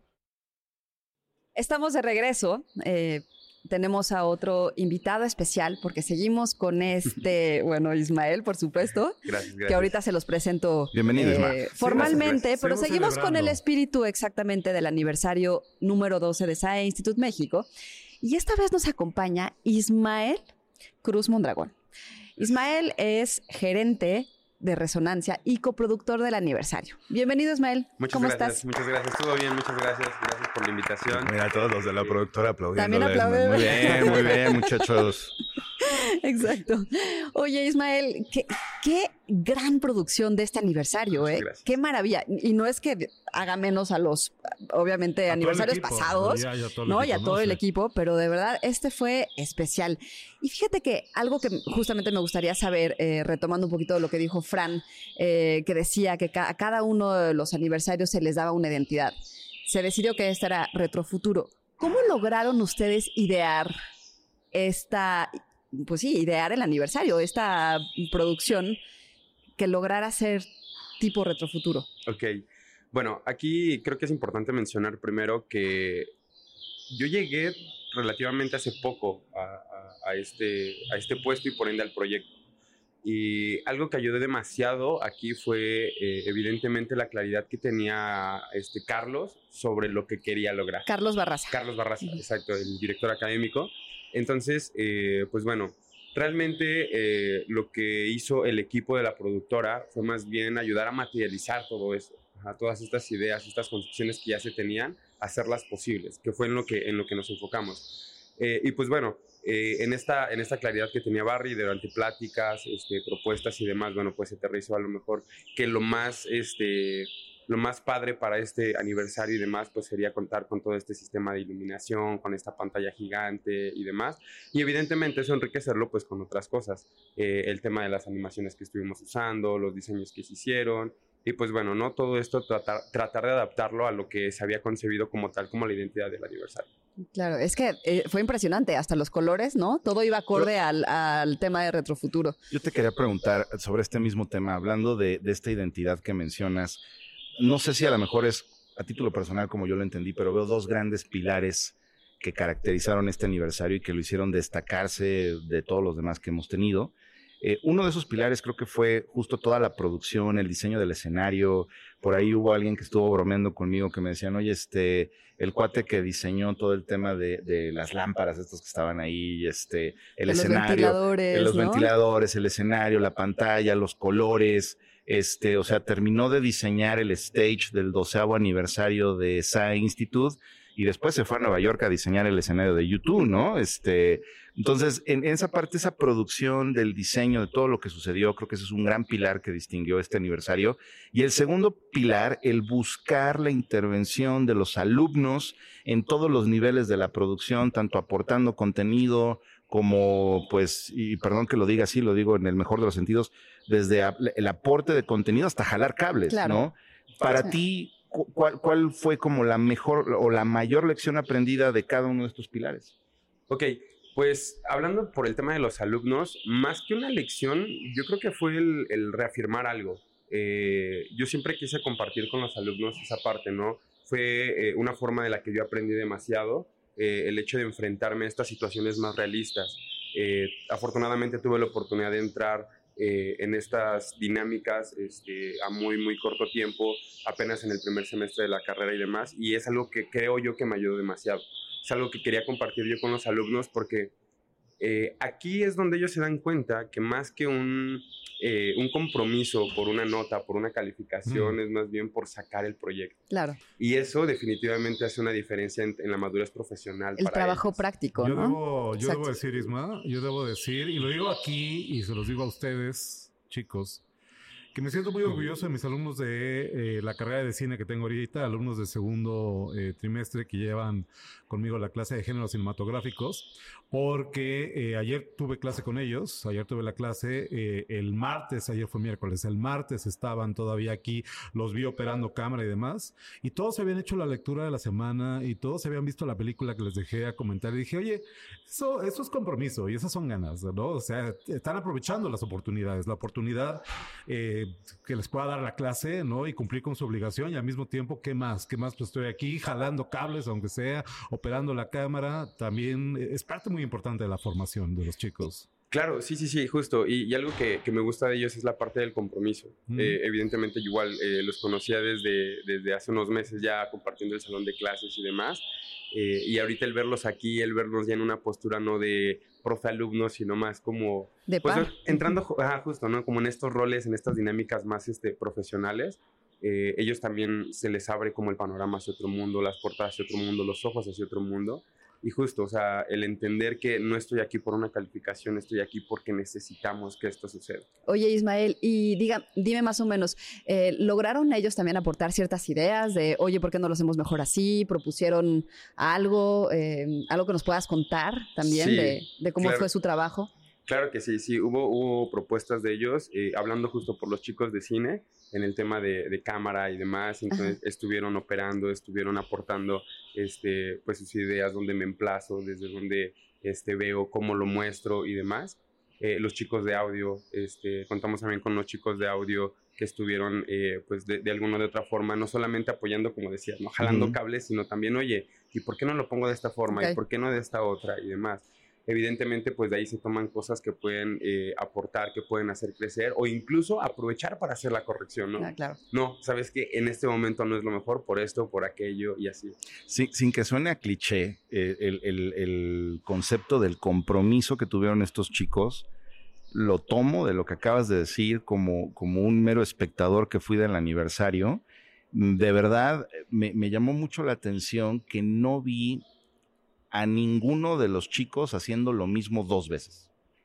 S1: Estamos de regreso. Tenemos a otro invitado especial porque seguimos con Ismael, por supuesto.
S2: Gracias.
S1: Que ahorita se los presento
S2: Bienvenido, Ismael.
S1: Formalmente, pero seguimos
S3: celebrando
S1: con el espíritu exactamente del aniversario número 12 de SAE Institute México. Y esta vez nos acompaña Ismael Cruz Mondragón. Ismael es gerente de Resonancia y coproductor del aniversario. Bienvenido, Ismael. ¿Cómo estás?
S14: Muchas gracias. Estuvo bien, muchas gracias. Gracias por la invitación.
S2: Mira, todos los de la productora aplaudiendo.
S1: También aplauden.
S2: Muy bien, muchachos.
S1: Exacto. Oye, Ismael, qué gran producción de este aniversario, ¿eh?
S14: Gracias.
S1: Qué maravilla. Y no es que haga menos a los, obviamente, aniversarios pasados, ¿no? Y a todo el equipo, pero de verdad, este fue especial. Y fíjate que algo que justamente me gustaría saber, retomando un poquito de lo que dijo Fran, que decía que a cada uno de los aniversarios se les daba una identidad. Se decidió que este era Retrofuturo. ¿Cómo lograron ustedes idear idear el aniversario, esta producción que lograra ser tipo Retrofuturo?
S14: Ok. Bueno, aquí creo que es importante mencionar primero que yo llegué relativamente hace poco a este puesto y por ende al proyecto. Y algo que ayudó demasiado aquí fue evidentemente la claridad que tenía Carlos sobre lo que quería lograr.
S1: Carlos Barraza,
S14: exacto, el director académico. Entonces, pues bueno, realmente lo que hizo el equipo de la productora fue más bien ayudar a materializar todo eso, a todas estas ideas, estas concepciones que ya se tenían, hacerlas posibles, que fue en lo que nos enfocamos. Y pues bueno, en esta claridad que tenía Barry durante pláticas, propuestas y demás, bueno, pues se aterrizó a lo mejor que lo más lo más padre para este aniversario y demás, pues sería contar con todo este sistema de iluminación, con esta pantalla gigante y demás. Y evidentemente eso enriquecerlo pues con otras cosas. El tema de las animaciones que estuvimos usando, los diseños que se hicieron. Y pues bueno, ¿no? Todo esto tratar de adaptarlo a lo que se había concebido como tal, como la identidad del aniversario.
S1: Claro, es que fue impresionante, hasta los colores, ¿no? Todo iba acorde al tema de Retrofuturo.
S2: Yo te quería preguntar sobre este mismo tema, hablando de esta identidad que mencionas. No sé si a lo mejor es a título personal como yo lo entendí, pero veo dos grandes pilares que caracterizaron este aniversario y que lo hicieron destacarse de todos los demás que hemos tenido. Uno de esos pilares creo que fue justo toda la producción, el diseño del escenario. Por ahí hubo alguien que estuvo bromeando conmigo que me decían, oye, el cuate que diseñó todo el tema de las lámparas, estos que estaban ahí, el escenario, los ventiladores, el escenario, la pantalla, los colores. O sea, terminó de diseñar el stage del 12º aniversario de SAE Institute y después se fue a Nueva York a diseñar el escenario de YouTube, ¿no? Entonces, en esa parte, esa producción del diseño, de todo lo que sucedió, creo que ese es un gran pilar que distinguió este aniversario. Y el segundo pilar, el buscar la intervención de los alumnos en todos los niveles de la producción, tanto aportando contenido como, pues, y perdón que lo diga así, lo digo en el mejor de los sentidos, desde el aporte de contenido hasta jalar cables, claro, ¿no? Para ti, ¿cuál fue como la mejor o la mayor lección aprendida de cada uno de estos pilares?
S14: Ok, pues hablando por el tema de los alumnos, más que una lección, yo creo que fue el reafirmar algo. Yo siempre quise compartir con los alumnos esa parte, ¿no? Fue una forma de la que yo aprendí demasiado, el hecho de enfrentarme a estas situaciones más realistas. Afortunadamente tuve la oportunidad de entrar en estas dinámicas a muy, muy corto tiempo, apenas en el primer semestre de la carrera y demás, y es algo que creo yo que me ayudó demasiado. Es algo que quería compartir yo con los alumnos porque aquí es donde ellos se dan cuenta que más que un compromiso por una nota, por una calificación, es más bien por sacar el proyecto.
S1: Claro.
S14: Y eso definitivamente hace una diferencia en la madurez profesional.
S1: El trabajo
S14: ellos.
S1: Práctico, ¿no?
S3: Yo debo decir, Isma, y lo digo aquí y se los digo a ustedes, chicos, que me siento muy orgulloso de mis alumnos de la carrera de cine que tengo ahorita, alumnos de segundo trimestre que llevan conmigo la clase de géneros cinematográficos, porque ayer tuve clase con ellos, ayer tuve la clase, el martes, ayer fue miércoles, el martes estaban todavía aquí, los vi operando cámara y demás, y todos se habían hecho la lectura de la semana y todos se habían visto la película que les dejé a comentar y dije, oye, eso es compromiso y esas son ganas, ¿no? O sea, están aprovechando las oportunidades, la oportunidad que les pueda dar la clase, ¿no? Y cumplir con su obligación y al mismo tiempo, ¿qué más? Pues estoy aquí jalando cables, aunque sea, operando la cámara, también es parte muy importante de la formación de los chicos.
S14: Claro, sí, justo. Y algo que me gusta de ellos es la parte del compromiso. Evidentemente, yo igual los conocía desde hace unos meses ya compartiendo el salón de clases y demás. Y ahorita el verlos aquí, el verlos ya en una postura no de profe-alumno, sino más como...
S1: De
S14: pues,
S1: par.
S14: entrando justo, ¿no? Como en estos roles, en estas dinámicas más profesionales. Ellos también se les abre como el panorama hacia otro mundo, las puertas hacia otro mundo, los ojos hacia otro mundo. Y justo, o sea, el entender que no estoy aquí por una calificación, estoy aquí porque necesitamos que esto suceda.
S1: Oye, Ismael, y dime más o menos, ¿lograron ellos también aportar ciertas ideas de, oye, ¿por qué no lo hacemos mejor así? ¿Propusieron algo que nos puedas contar también de cómo fue su trabajo?
S14: Claro que sí, hubo propuestas de ellos, hablando justo por los chicos de cine, en el tema de cámara y demás, entonces estuvieron operando, estuvieron aportando pues sus ideas, donde me emplazo, desde donde veo cómo lo muestro y demás. Los chicos de audio, contamos también con los chicos de audio que estuvieron pues de alguna de otra forma, no solamente apoyando, como decías, no jalando cables, sino también, oye, ¿y por qué no lo pongo de esta forma? ¿Y por qué no de esta otra? Y demás. Evidentemente, pues de ahí se toman cosas que pueden aportar, que pueden hacer crecer o incluso aprovechar para hacer la corrección, ¿no?
S1: Claro.
S14: No, sabes que en este momento no es lo mejor por esto, por aquello y así.
S2: Sí, sin que suene a cliché, el concepto del compromiso que tuvieron estos chicos, lo tomo de lo que acabas de decir como un mero espectador que fui del aniversario. De verdad, me llamó mucho la atención que no vi a ninguno de los chicos haciendo lo mismo dos veces.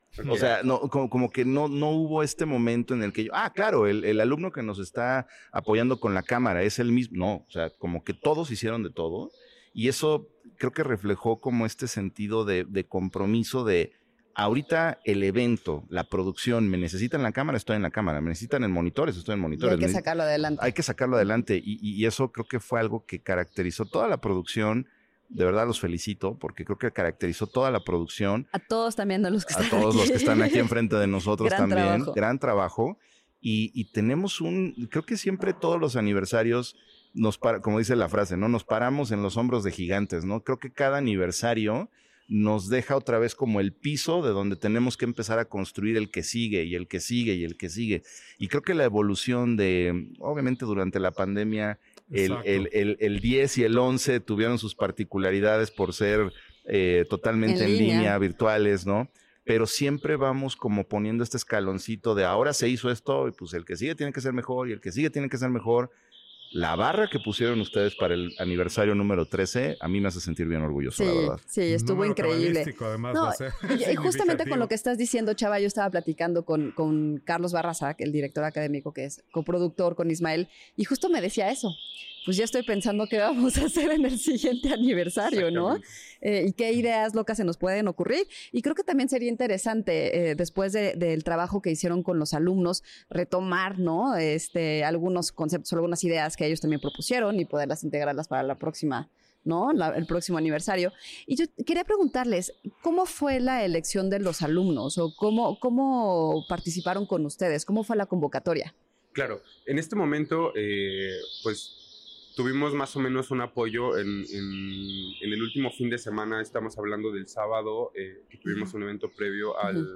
S2: O sea, no, como que no hubo este momento en el que yo, claro, el alumno que nos está apoyando con la cámara es el mismo. No, o sea, como que todos hicieron de todo. Y eso creo que reflejó como este sentido de compromiso de ahorita el evento, la producción, me necesitan la cámara, estoy en la cámara, me necesitan en monitores, estoy en monitores.
S1: Y hay que sacarlo adelante.
S2: Hay que sacarlo adelante y eso creo que fue algo que caracterizó toda la producción. De verdad los felicito porque creo que caracterizó toda la producción.
S1: A todos también de los que están aquí.
S2: A todos los que están aquí enfrente de nosotros también.
S1: Trabajo.
S2: Gran trabajo. Y tenemos creo que siempre todos los aniversarios como dice la frase, ¿no? Nos paramos en los hombros de gigantes, ¿no? Creo que cada aniversario nos deja otra vez como el piso de donde tenemos que empezar a construir el que sigue y el que sigue y el que sigue. Y creo que la evolución obviamente durante la pandemia, el 10 y el 11 tuvieron sus particularidades por ser totalmente en línea, virtuales, ¿no? Pero siempre vamos como poniendo este escaloncito de ahora se hizo esto y pues el que sigue tiene que ser mejor y el que sigue tiene que ser mejor. La barra que pusieron ustedes para el aniversario número 13, a mí me hace sentir bien orgulloso, la verdad.
S1: Sí, estuvo increíble.
S3: Además,
S1: y justamente con lo que estás diciendo, Chava, yo estaba platicando con Carlos Barrazac, el director académico que es coproductor con Ismael, y justo me decía eso. Pues ya estoy pensando qué vamos a hacer en el siguiente aniversario, ¿no? Y qué ideas locas se nos pueden ocurrir. Y creo que también sería interesante, después del trabajo que hicieron con los alumnos, retomar, ¿no? Algunos conceptos, algunas ideas que ellos también propusieron y poderlas integrarlas para la próxima, ¿no? El próximo aniversario. Y yo quería preguntarles, ¿cómo fue la elección de los alumnos? ¿O cómo participaron con ustedes? ¿Cómo fue la convocatoria?
S14: Claro, en este momento, pues tuvimos más o menos un apoyo en el último fin de semana. Estamos hablando del sábado, que tuvimos un evento previo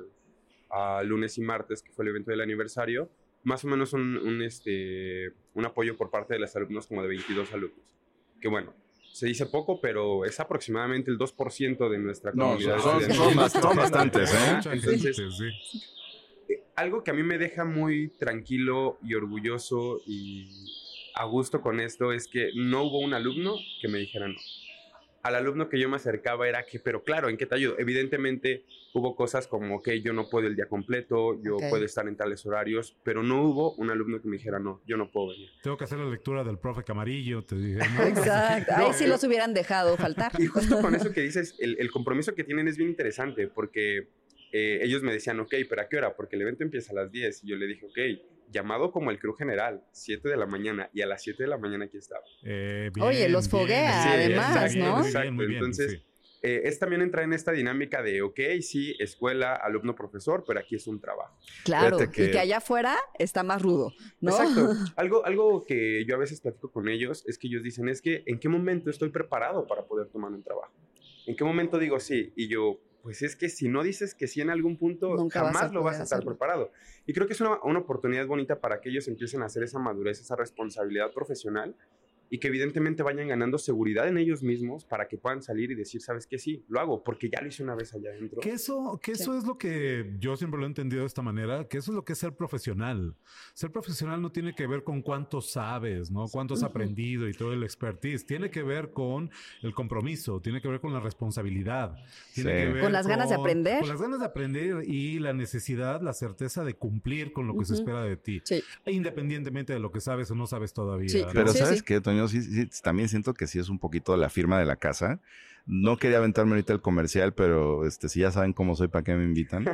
S14: al lunes y martes, que fue el evento del aniversario. Más o menos un apoyo por parte de los alumnos, como de 22 alumnos. Que bueno, se dice poco, pero es aproximadamente el 2% de nuestra comunidad.
S2: Son bastantes, ¿eh?
S14: Entonces, algo que a mí me deja muy tranquilo y orgulloso y a gusto con esto es que no hubo un alumno que me dijera no. Al alumno que yo me acercaba era que, pero claro, ¿en qué te ayudo? Evidentemente hubo cosas como que yo no puedo el día completo, yo puedo estar en tales horarios, pero no hubo un alumno que me dijera no, yo no puedo venir.
S3: Tengo que hacer la lectura del profe Camarillo, te dije. ¿No?
S1: Exacto, ahí sí los hubieran dejado faltar.
S14: Y justo con eso que dices, el compromiso que tienen es bien interesante, porque ellos me decían, ok, ¿pero a qué hora? Porque el evento empieza a las 10, y yo le dije, ok, llamado como el crew general, 7 de la mañana, y a las 7 de la mañana aquí estaba.
S1: Oye, los foguea, además, ¿no?
S14: Exacto,
S3: muy bien,
S14: entonces
S3: sí.
S14: Es también entrar en esta dinámica de, ok, sí, escuela, alumno, profesor, pero aquí es un trabajo.
S1: Claro, y que allá afuera está más rudo, ¿no?
S14: Exacto. Algo que yo a veces platico con ellos es que ellos dicen, es que, ¿en qué momento estoy preparado para poder tomar un trabajo? ¿En qué momento digo sí? Y yo, pues es que si no dices que sí en algún punto, nunca jamás lo vas a estar preparado. Y creo que es una oportunidad bonita para que ellos empiecen a hacer esa madurez, esa responsabilidad profesional y que evidentemente vayan ganando seguridad en ellos mismos para que puedan salir y decir, ¿sabes qué? Sí, lo hago porque ya lo hice una vez allá adentro.
S3: Que eso es lo que yo siempre lo he entendido de esta manera, que eso es lo que es ser profesional. Ser profesional no tiene que ver con cuánto sabes, ¿no? Cuánto has aprendido y todo el expertise. Tiene que ver con el compromiso, tiene que ver con la responsabilidad. Tiene que ver
S1: con las ganas de aprender.
S3: Con las ganas de aprender y la necesidad, la certeza de cumplir con lo que se espera de ti.
S1: Sí.
S3: Independientemente de lo que sabes o no sabes todavía.
S1: Sí,
S3: ¿no?
S2: Pero ¿sabes qué, Toño? Sí, también siento que sí es un poquito la firma de la casa. No quería aventarme ahorita el comercial, pero si ya saben cómo soy, ¿para qué me invitan?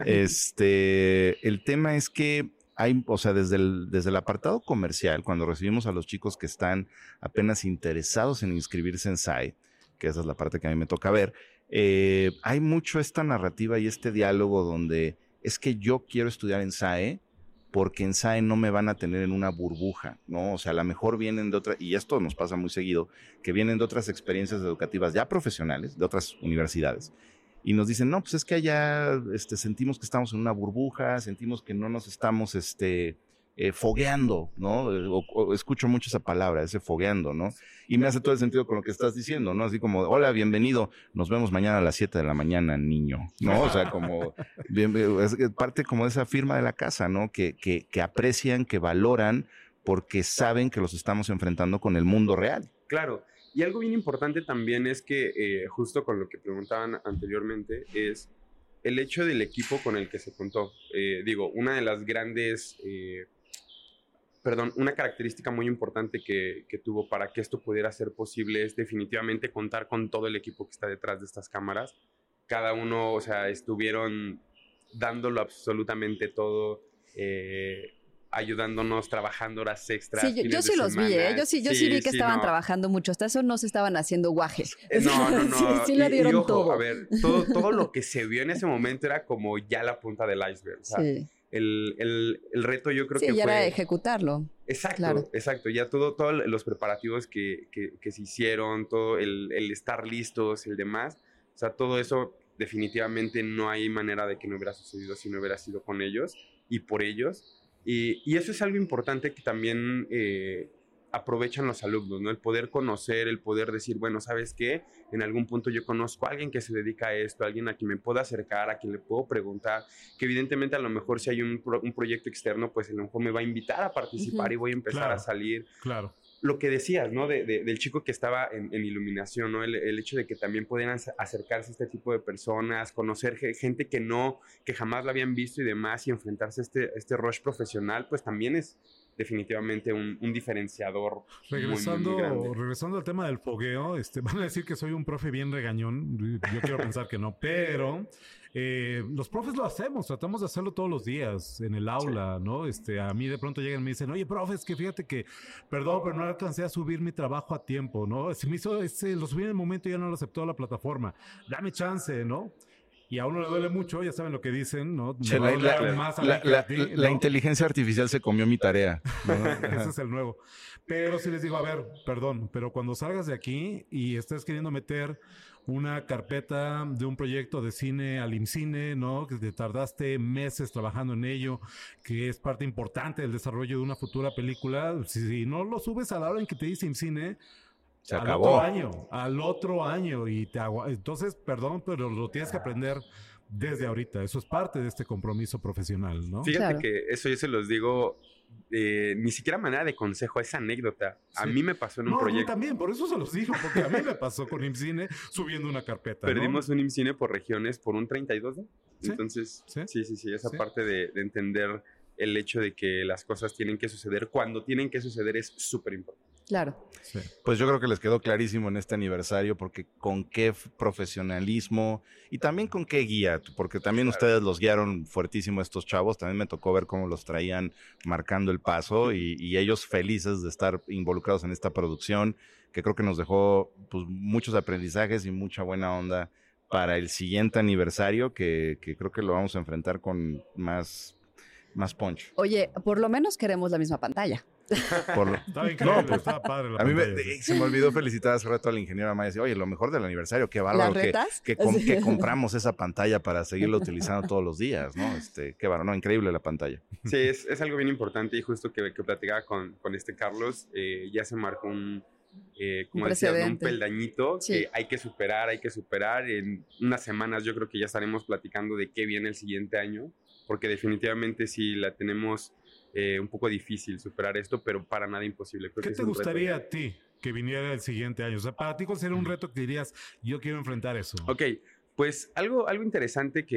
S2: El tema es que hay, o sea, desde el apartado comercial, cuando recibimos a los chicos que están apenas interesados en inscribirse en SAE, que esa es la parte que a mí me toca ver, hay mucho esta narrativa y este diálogo donde es que yo quiero estudiar en SAE porque en SAE no me van a tener en una burbuja, ¿no? O sea, a lo mejor vienen de otras, y esto nos pasa muy seguido, que vienen de otras experiencias educativas ya profesionales, de otras universidades, y nos dicen, no, pues es que allá sentimos que estamos en una burbuja, sentimos que no nos estamos fogueando, ¿no? O escucho mucho esa palabra, ese fogueando, ¿no? Y me hace todo el sentido con lo que estás diciendo, ¿no? Así como, hola, bienvenido, nos vemos mañana a las 7 de la mañana, niño, ¿no? O sea, como, es parte como de esa firma de la casa, ¿no? Que aprecian, que valoran, porque saben que los estamos enfrentando con el mundo real.
S14: Claro, y algo bien importante también es que, justo con lo que preguntaban anteriormente, es el hecho del equipo con el que se contó. Digo, una de las grandes... una característica muy importante que tuvo para que esto pudiera ser posible es definitivamente contar con todo el equipo que está detrás de estas cámaras. Cada uno, o sea, estuvieron dándolo absolutamente todo, ayudándonos, trabajando horas extras.
S1: Sí, yo sí los vi, ¿eh? Yo sí vi que estaban trabajando mucho. Hasta eso no se estaban haciendo guaje.
S14: No.
S1: Sí lo dieron
S14: ojo,
S1: todo.
S14: A ver, todo lo que se vio en ese momento era como ya la punta del iceberg. O sea,
S1: sí.
S14: El reto yo creo que
S1: ya
S14: fue...
S1: era ejecutarlo.
S14: Exacto,
S1: claro.
S14: Exacto. Ya todos los preparativos que se hicieron, todo el estar listos, el demás. O sea, todo eso definitivamente no hay manera de que no hubiera sucedido si no hubiera sido con ellos y por ellos. Y eso es algo importante que también aprovechan los alumnos, ¿no? El poder conocer, el poder decir, bueno, ¿sabes qué? En algún punto yo conozco a alguien que se dedica a esto, a alguien a quien me puedo acercar, a quien le puedo preguntar, que evidentemente a lo mejor si hay un proyecto externo, pues a lo mejor me va a invitar a participar y voy a empezar a salir.
S3: Claro.
S14: Lo que decías, ¿no? Del chico que estaba en iluminación, ¿no? El hecho de que también podían acercarse a este tipo de personas, conocer gente que jamás la habían visto y demás, y enfrentarse a este rush profesional, pues también es definitivamente un diferenciador muy grande.
S3: Regresando al tema del fogueo, van a decir que soy un profe bien regañón. Yo quiero pensar que no, pero los profes lo hacemos, tratamos de hacerlo todos los días en el aula, ¿no? A mí de pronto llegan y me dicen, oye, profe, es que fíjate que, perdón, pero no alcancé a subir mi trabajo a tiempo, ¿no? Se me hizo, lo subí en el momento y ya no lo aceptó la plataforma. Dame chance, ¿no? Y a uno le duele mucho, ya saben lo que dicen, ¿no?
S2: La inteligencia artificial se comió mi tarea, ¿no?
S3: Ese es el nuevo. Pero sí les digo, a ver, perdón, pero cuando salgas de aquí y estés queriendo meter una carpeta de un proyecto de cine al IMCINE, ¿no? Que te tardaste meses trabajando en ello, que es parte importante del desarrollo de una futura película, si no lo subes a la hora en que te dice IMCINE,
S2: se acabó.
S3: Al otro año. Entonces, perdón, pero lo tienes que aprender desde ahorita. Eso es parte de este compromiso profesional, ¿no?
S14: Fíjate que eso yo se los digo, ni siquiera manera de consejo, es anécdota. Sí. A mí me pasó en un proyecto.
S3: No, también, por eso se los digo, porque a mí me pasó con IMCINE subiendo una carpeta.
S14: Perdimos un IMCINE por regiones por un 32D. ¿Sí? Entonces, sí, esa parte de entender el hecho de que las cosas tienen que suceder cuando tienen que suceder es súper importante.
S1: Claro.
S2: Sí. Pues yo creo que les quedó clarísimo en este aniversario, porque con qué profesionalismo y también con qué guía, porque también ustedes los guiaron fuertísimo estos chavos. También me tocó ver cómo los traían marcando el paso y ellos felices de estar involucrados en esta producción, que creo que nos dejó pues muchos aprendizajes y mucha buena onda para el siguiente aniversario, que creo que lo vamos a enfrentar con más punch.
S1: Oye, por lo menos queremos la misma pantalla.
S3: Estaba increíble, estaba padre la pantalla.
S2: Se me olvidó felicitar hace rato a la ingeniera Maya. Oye, lo mejor del aniversario, qué bárbaro que compramos esa pantalla para seguirla utilizando todos los días, ¿no? Qué bárbaro, no, increíble la pantalla.
S14: Sí, es algo bien importante y justo que platicaba con Carlos, ya se marcó como decía, un peldañito que hay que superar. En unas semanas yo creo que ya estaremos platicando de qué viene el siguiente año, porque definitivamente sí la tenemos un poco difícil superar esto, pero para nada imposible. Creo
S3: ¿Qué
S14: que
S3: te gustaría a ti que viniera el siguiente año? O sea, para ti, ¿cuál sería un reto que dirías, yo quiero enfrentar eso?
S14: Ok, pues algo interesante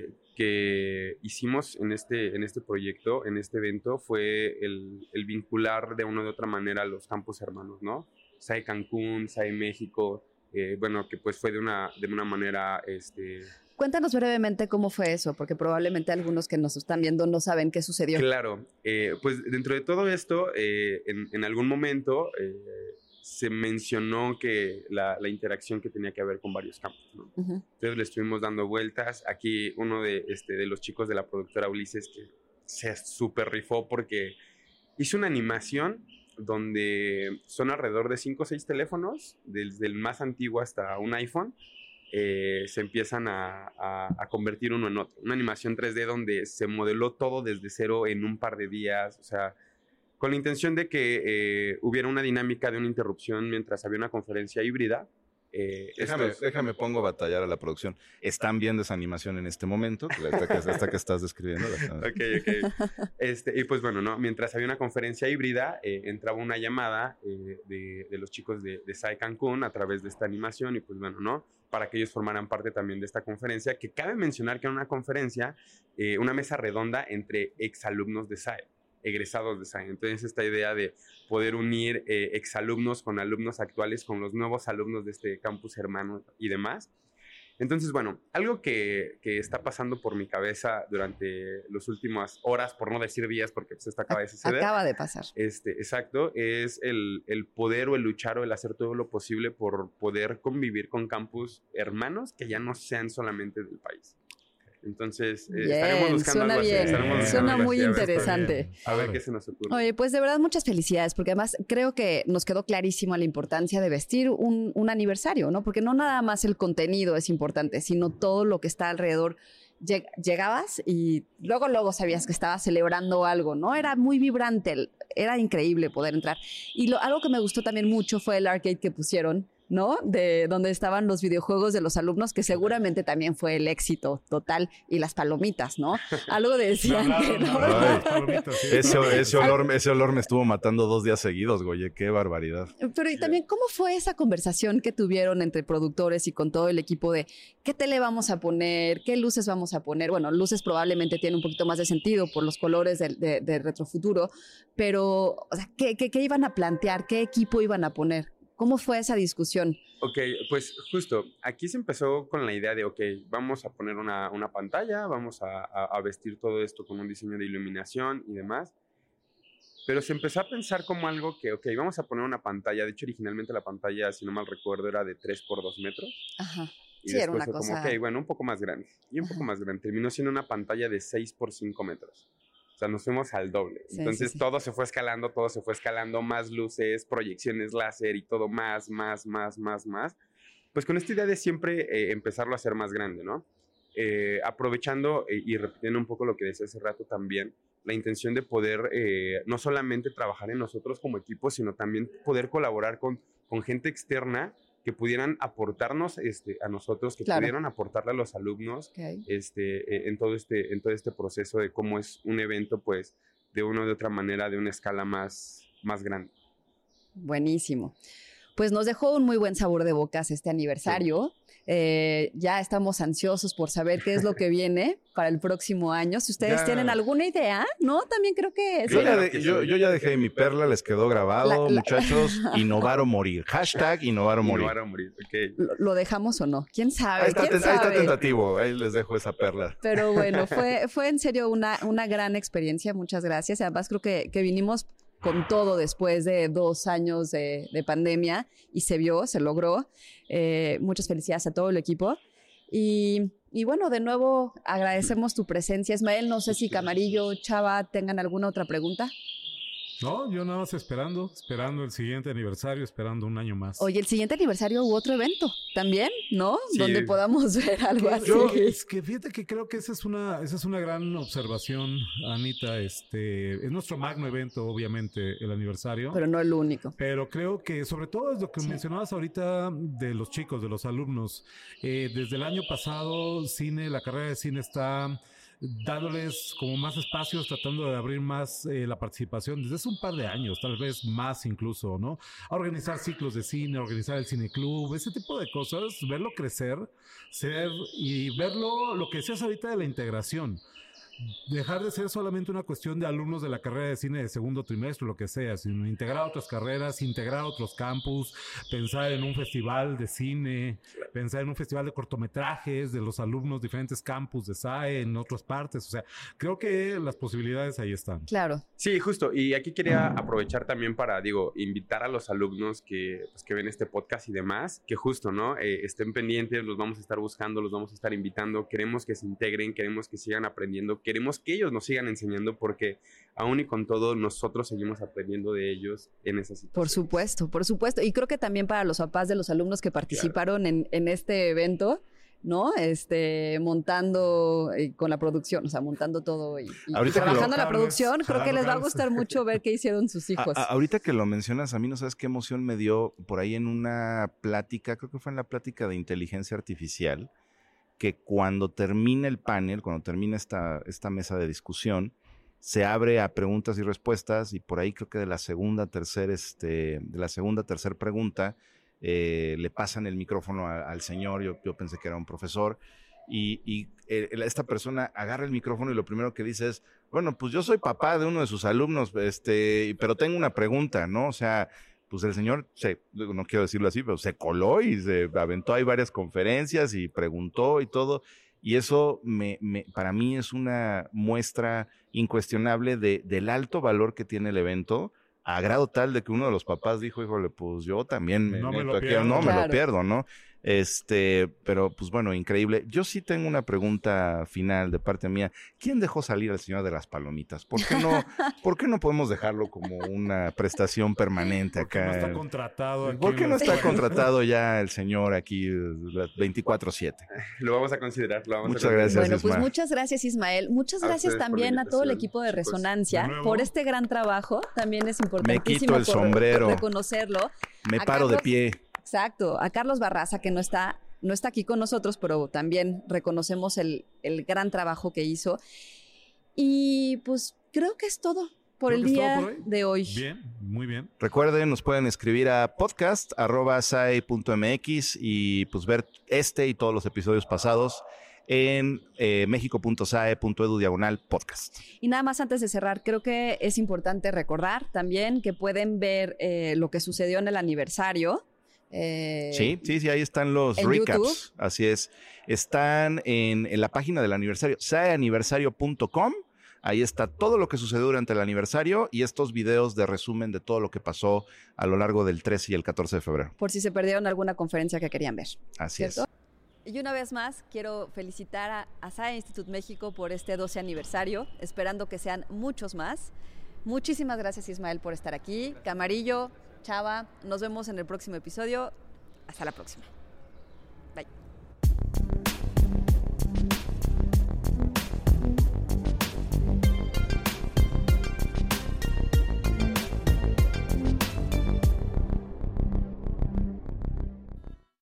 S14: que hicimos en este proyecto, en este evento, fue el vincular de una u otra manera a los campus hermanos, ¿no? SAE Cancún, SAE México, bueno, que pues fue de una manera...
S1: Cuéntanos brevemente cómo fue eso, porque probablemente algunos que nos están viendo no saben qué sucedió.
S14: Claro, pues dentro de todo esto, en algún momento se mencionó que la interacción que tenía que haber con varios campos, ¿no? Entonces le estuvimos dando vueltas. Aquí uno de los chicos de la productora Ulises, que se súper rifó porque hizo una animación donde son alrededor de 5 o 6 teléfonos, desde el más antiguo hasta un iPhone, se empiezan a convertir uno en otro. Una animación 3D donde se modeló todo desde cero en un par de días, o sea, con la intención de que hubiera una dinámica de una interrupción mientras había una conferencia híbrida.
S2: Déjame pongo a batallar a la producción. ¿Están viendo esa animación en este momento? Hasta que estás describiendo.
S14: Ok. Y pues bueno, ¿no? Mientras había una conferencia híbrida, entraba una llamada de los chicos de SAE Cancún a través de esta animación y pues bueno, ¿no? para que ellos formaran parte también de esta conferencia, que cabe mencionar que era una conferencia, una mesa redonda entre exalumnos de SAE, egresados de SAE. Entonces, esta idea de poder unir exalumnos con alumnos actuales, con los nuevos alumnos de este campus hermano y demás. Entonces, bueno, algo que está pasando por mi cabeza durante las últimas horas, por no decir días, porque pues esto acaba de suceder.
S1: Acaba de pasar.
S14: Exacto, es el poder o el luchar o el hacer todo lo posible por poder convivir con campus hermanos que ya no sean solamente del país. Entonces, estaremos buscando
S1: suena
S14: algo
S1: bien.
S14: así.
S1: Suena muy
S14: así,
S1: interesante.
S14: A ver qué se nos ocurre.
S1: Oye, pues de verdad muchas felicidades, porque además creo que nos quedó clarísimo la importancia de vestir un aniversario, ¿no? Porque no nada más el contenido es importante, sino todo lo que está alrededor. Llegabas y luego sabías que estabas celebrando algo, ¿no? Era muy vibrante, era increíble poder entrar. Y algo que me gustó también mucho fue el arcade que pusieron, ¿no? De donde estaban los videojuegos de los alumnos, que seguramente también fue el éxito total, y las palomitas, ¿no? Algo decían que no.
S2: Ese olor me estuvo matando 2 días seguidos, Goye, qué barbaridad.
S1: Pero y también, ¿cómo fue esa conversación que tuvieron entre productores y con todo el equipo de qué tele vamos a poner, qué luces vamos a poner? Bueno, luces probablemente tienen un poquito más de sentido por los colores de Retrofuturo, pero, o sea, ¿qué iban a plantear? ¿Qué equipo iban a poner? ¿Cómo fue esa discusión?
S14: Ok, pues justo, aquí se empezó con la idea de, ok, vamos a poner una pantalla, vamos a vestir todo esto con un diseño de iluminación y demás, pero se empezó a pensar como algo que, ok, vamos a poner una pantalla, de hecho originalmente la pantalla, si no mal recuerdo, era de 3 por 2 metros.
S1: Ajá.
S14: Y
S1: sí, era
S14: después
S1: una
S14: fue
S1: cosa...
S14: como, ok, bueno, un poco más grande, y un poco más grande, terminó siendo una pantalla de 6 por 5 metros. O sea, nos fuimos al doble.
S1: Sí,
S14: Entonces
S1: sí.
S14: todo se fue escalando, más luces, proyecciones láser y todo más. Pues con esta idea de siempre empezarlo a hacer más grande, ¿no? Aprovechando y repitiendo un poco lo que decía hace rato también, la intención de poder no solamente trabajar en nosotros como equipo, sino también poder colaborar con gente externa que pudieran aportarnos a nosotros, que pudieran aportarle a los alumnos en todo este proceso de cómo es un evento, pues, de una u otra manera, de una escala más grande.
S1: Buenísimo. Pues nos dejó un muy buen sabor de bocas este aniversario. Ya estamos ansiosos por saber qué es lo que viene para el próximo año. Si ustedes tienen alguna idea, ¿no? También creo que...
S2: Yo ya dejé mi perla, les quedó grabado, muchachos. Innovar o morir. Hashtag innovar o morir.
S14: Innovar o morir, ok.
S1: ¿Lo dejamos o no? ¿Quién sabe?
S2: Ahí está tentativo, ahí les dejo esa perla.
S1: Pero bueno, fue en serio una gran experiencia. Muchas gracias. Además creo que vinimos con todo después de 2 años de pandemia y se logró. Muchas felicidades a todo el equipo. Y bueno, de nuevo agradecemos tu presencia. Ismael, no sé si Camarillo, Chava tengan alguna otra pregunta.
S3: No, yo nada más esperando el siguiente aniversario, esperando un año más.
S1: Oye, el siguiente aniversario u otro evento también, ¿no?
S3: Sí.
S1: Donde podamos ver algo así.
S3: Es que fíjate que creo que esa es una gran observación, Anita. Es nuestro magno evento, obviamente, el aniversario.
S1: Pero no el único.
S3: Pero creo que, sobre todo, es lo que mencionabas ahorita de los chicos, de los alumnos. Desde el año pasado, la carrera de cine está dándoles como más espacios, tratando de abrir más la participación desde hace un par de años, tal vez más incluso, ¿no? A organizar ciclos de cine, organizar el cineclub, ese tipo de cosas, verlo crecer, y verlo, lo que decías ahorita de la integración. Dejar de ser solamente una cuestión de alumnos de la carrera de cine de segundo trimestre, lo que sea, sino integrar otras carreras, integrar otros campus, pensar en un festival de cine, pensar en un festival de cortometrajes de los alumnos de diferentes campus de SAE en otras partes. O sea, creo que las posibilidades ahí están.
S1: Claro.
S14: Sí, justo. Y aquí quería aprovechar también para, invitar a los alumnos que ven este podcast y demás, que justo, ¿no? Estén pendientes, los vamos a estar buscando, los vamos a estar invitando. Queremos que se integren, queremos que sigan aprendiendo, queremos que ellos nos sigan enseñando, porque aún y con todo nosotros seguimos aprendiendo de ellos en esa situación.
S1: Por supuesto. Y creo que también para los papás de los alumnos que participaron en este evento, ¿no? Montando con la producción, o sea, montando todo y trabajando la producción, creo que les va a gustar mucho ver qué hicieron sus hijos.
S2: Ahorita que lo mencionas, a mí no sabes qué emoción me dio por ahí en una plática, creo que fue en la plática de inteligencia artificial, que cuando termina el panel, cuando termina esta mesa de discusión, se abre a preguntas y respuestas, y por ahí creo que de la segunda, tercer pregunta, le pasan el micrófono al señor, yo pensé que era un profesor, y esta persona agarra el micrófono y lo primero que dice es, bueno, pues yo soy papá de uno de sus alumnos, pero tengo una pregunta, ¿no? O sea, pues el señor, no quiero decirlo así, pero se coló y se aventó ahí varias conferencias y preguntó y todo. Y eso para mí es una muestra incuestionable del alto valor que tiene el evento, a grado tal de que uno de los papás dijo, híjole, pues yo también me lo pierdo, ¿no? Pero pues bueno, increíble. Yo sí tengo una pregunta final de parte mía. ¿Quién dejó salir al señor de las palomitas? ¿Por qué no podemos dejarlo como una prestación permanente acá?
S3: ¿Por qué no está contratado aquí?
S2: ¿Por qué no está contratado ya el señor aquí 24/7?
S14: Lo vamos a considerar.
S2: Muchas gracias,
S1: Bueno, pues
S2: Isma.
S1: muchas gracias, Ismael. Muchas gracias también a todo el equipo de Resonancia por este gran trabajo. También es importantísimo
S2: Me quito el sombrero.
S1: Reconocerlo.
S2: Me paro de pie.
S1: Exacto, a Carlos Barraza, que no está aquí con nosotros, pero también reconocemos el gran trabajo que hizo. Y pues creo que es todo por el día de hoy.
S3: Bien, muy bien.
S2: Recuerden, nos pueden escribir a podcast@sae.mx y pues ver y todos los episodios pasados en mexico.sae.edu/podcast.
S1: Y nada más antes de cerrar, creo que es importante recordar también que pueden ver lo que sucedió en el aniversario.
S2: Sí, ahí están los
S1: en
S2: recaps.
S1: YouTube.
S2: Así es. Están en la página del aniversario, saeaniversario.com. Ahí está todo lo que sucedió durante el aniversario y estos videos de resumen de todo lo que pasó a lo largo del 13 y el 14 de febrero.
S1: Por si se perdieron alguna conferencia que querían ver.
S2: Así
S1: ¿cierto?
S2: es.
S1: Y una vez más, quiero felicitar a SAE Institute México por este 12 aniversario, esperando que sean muchos más. Muchísimas gracias, Ismael, por estar aquí. Camarillo, Chava, nos vemos en el próximo episodio. Hasta la próxima.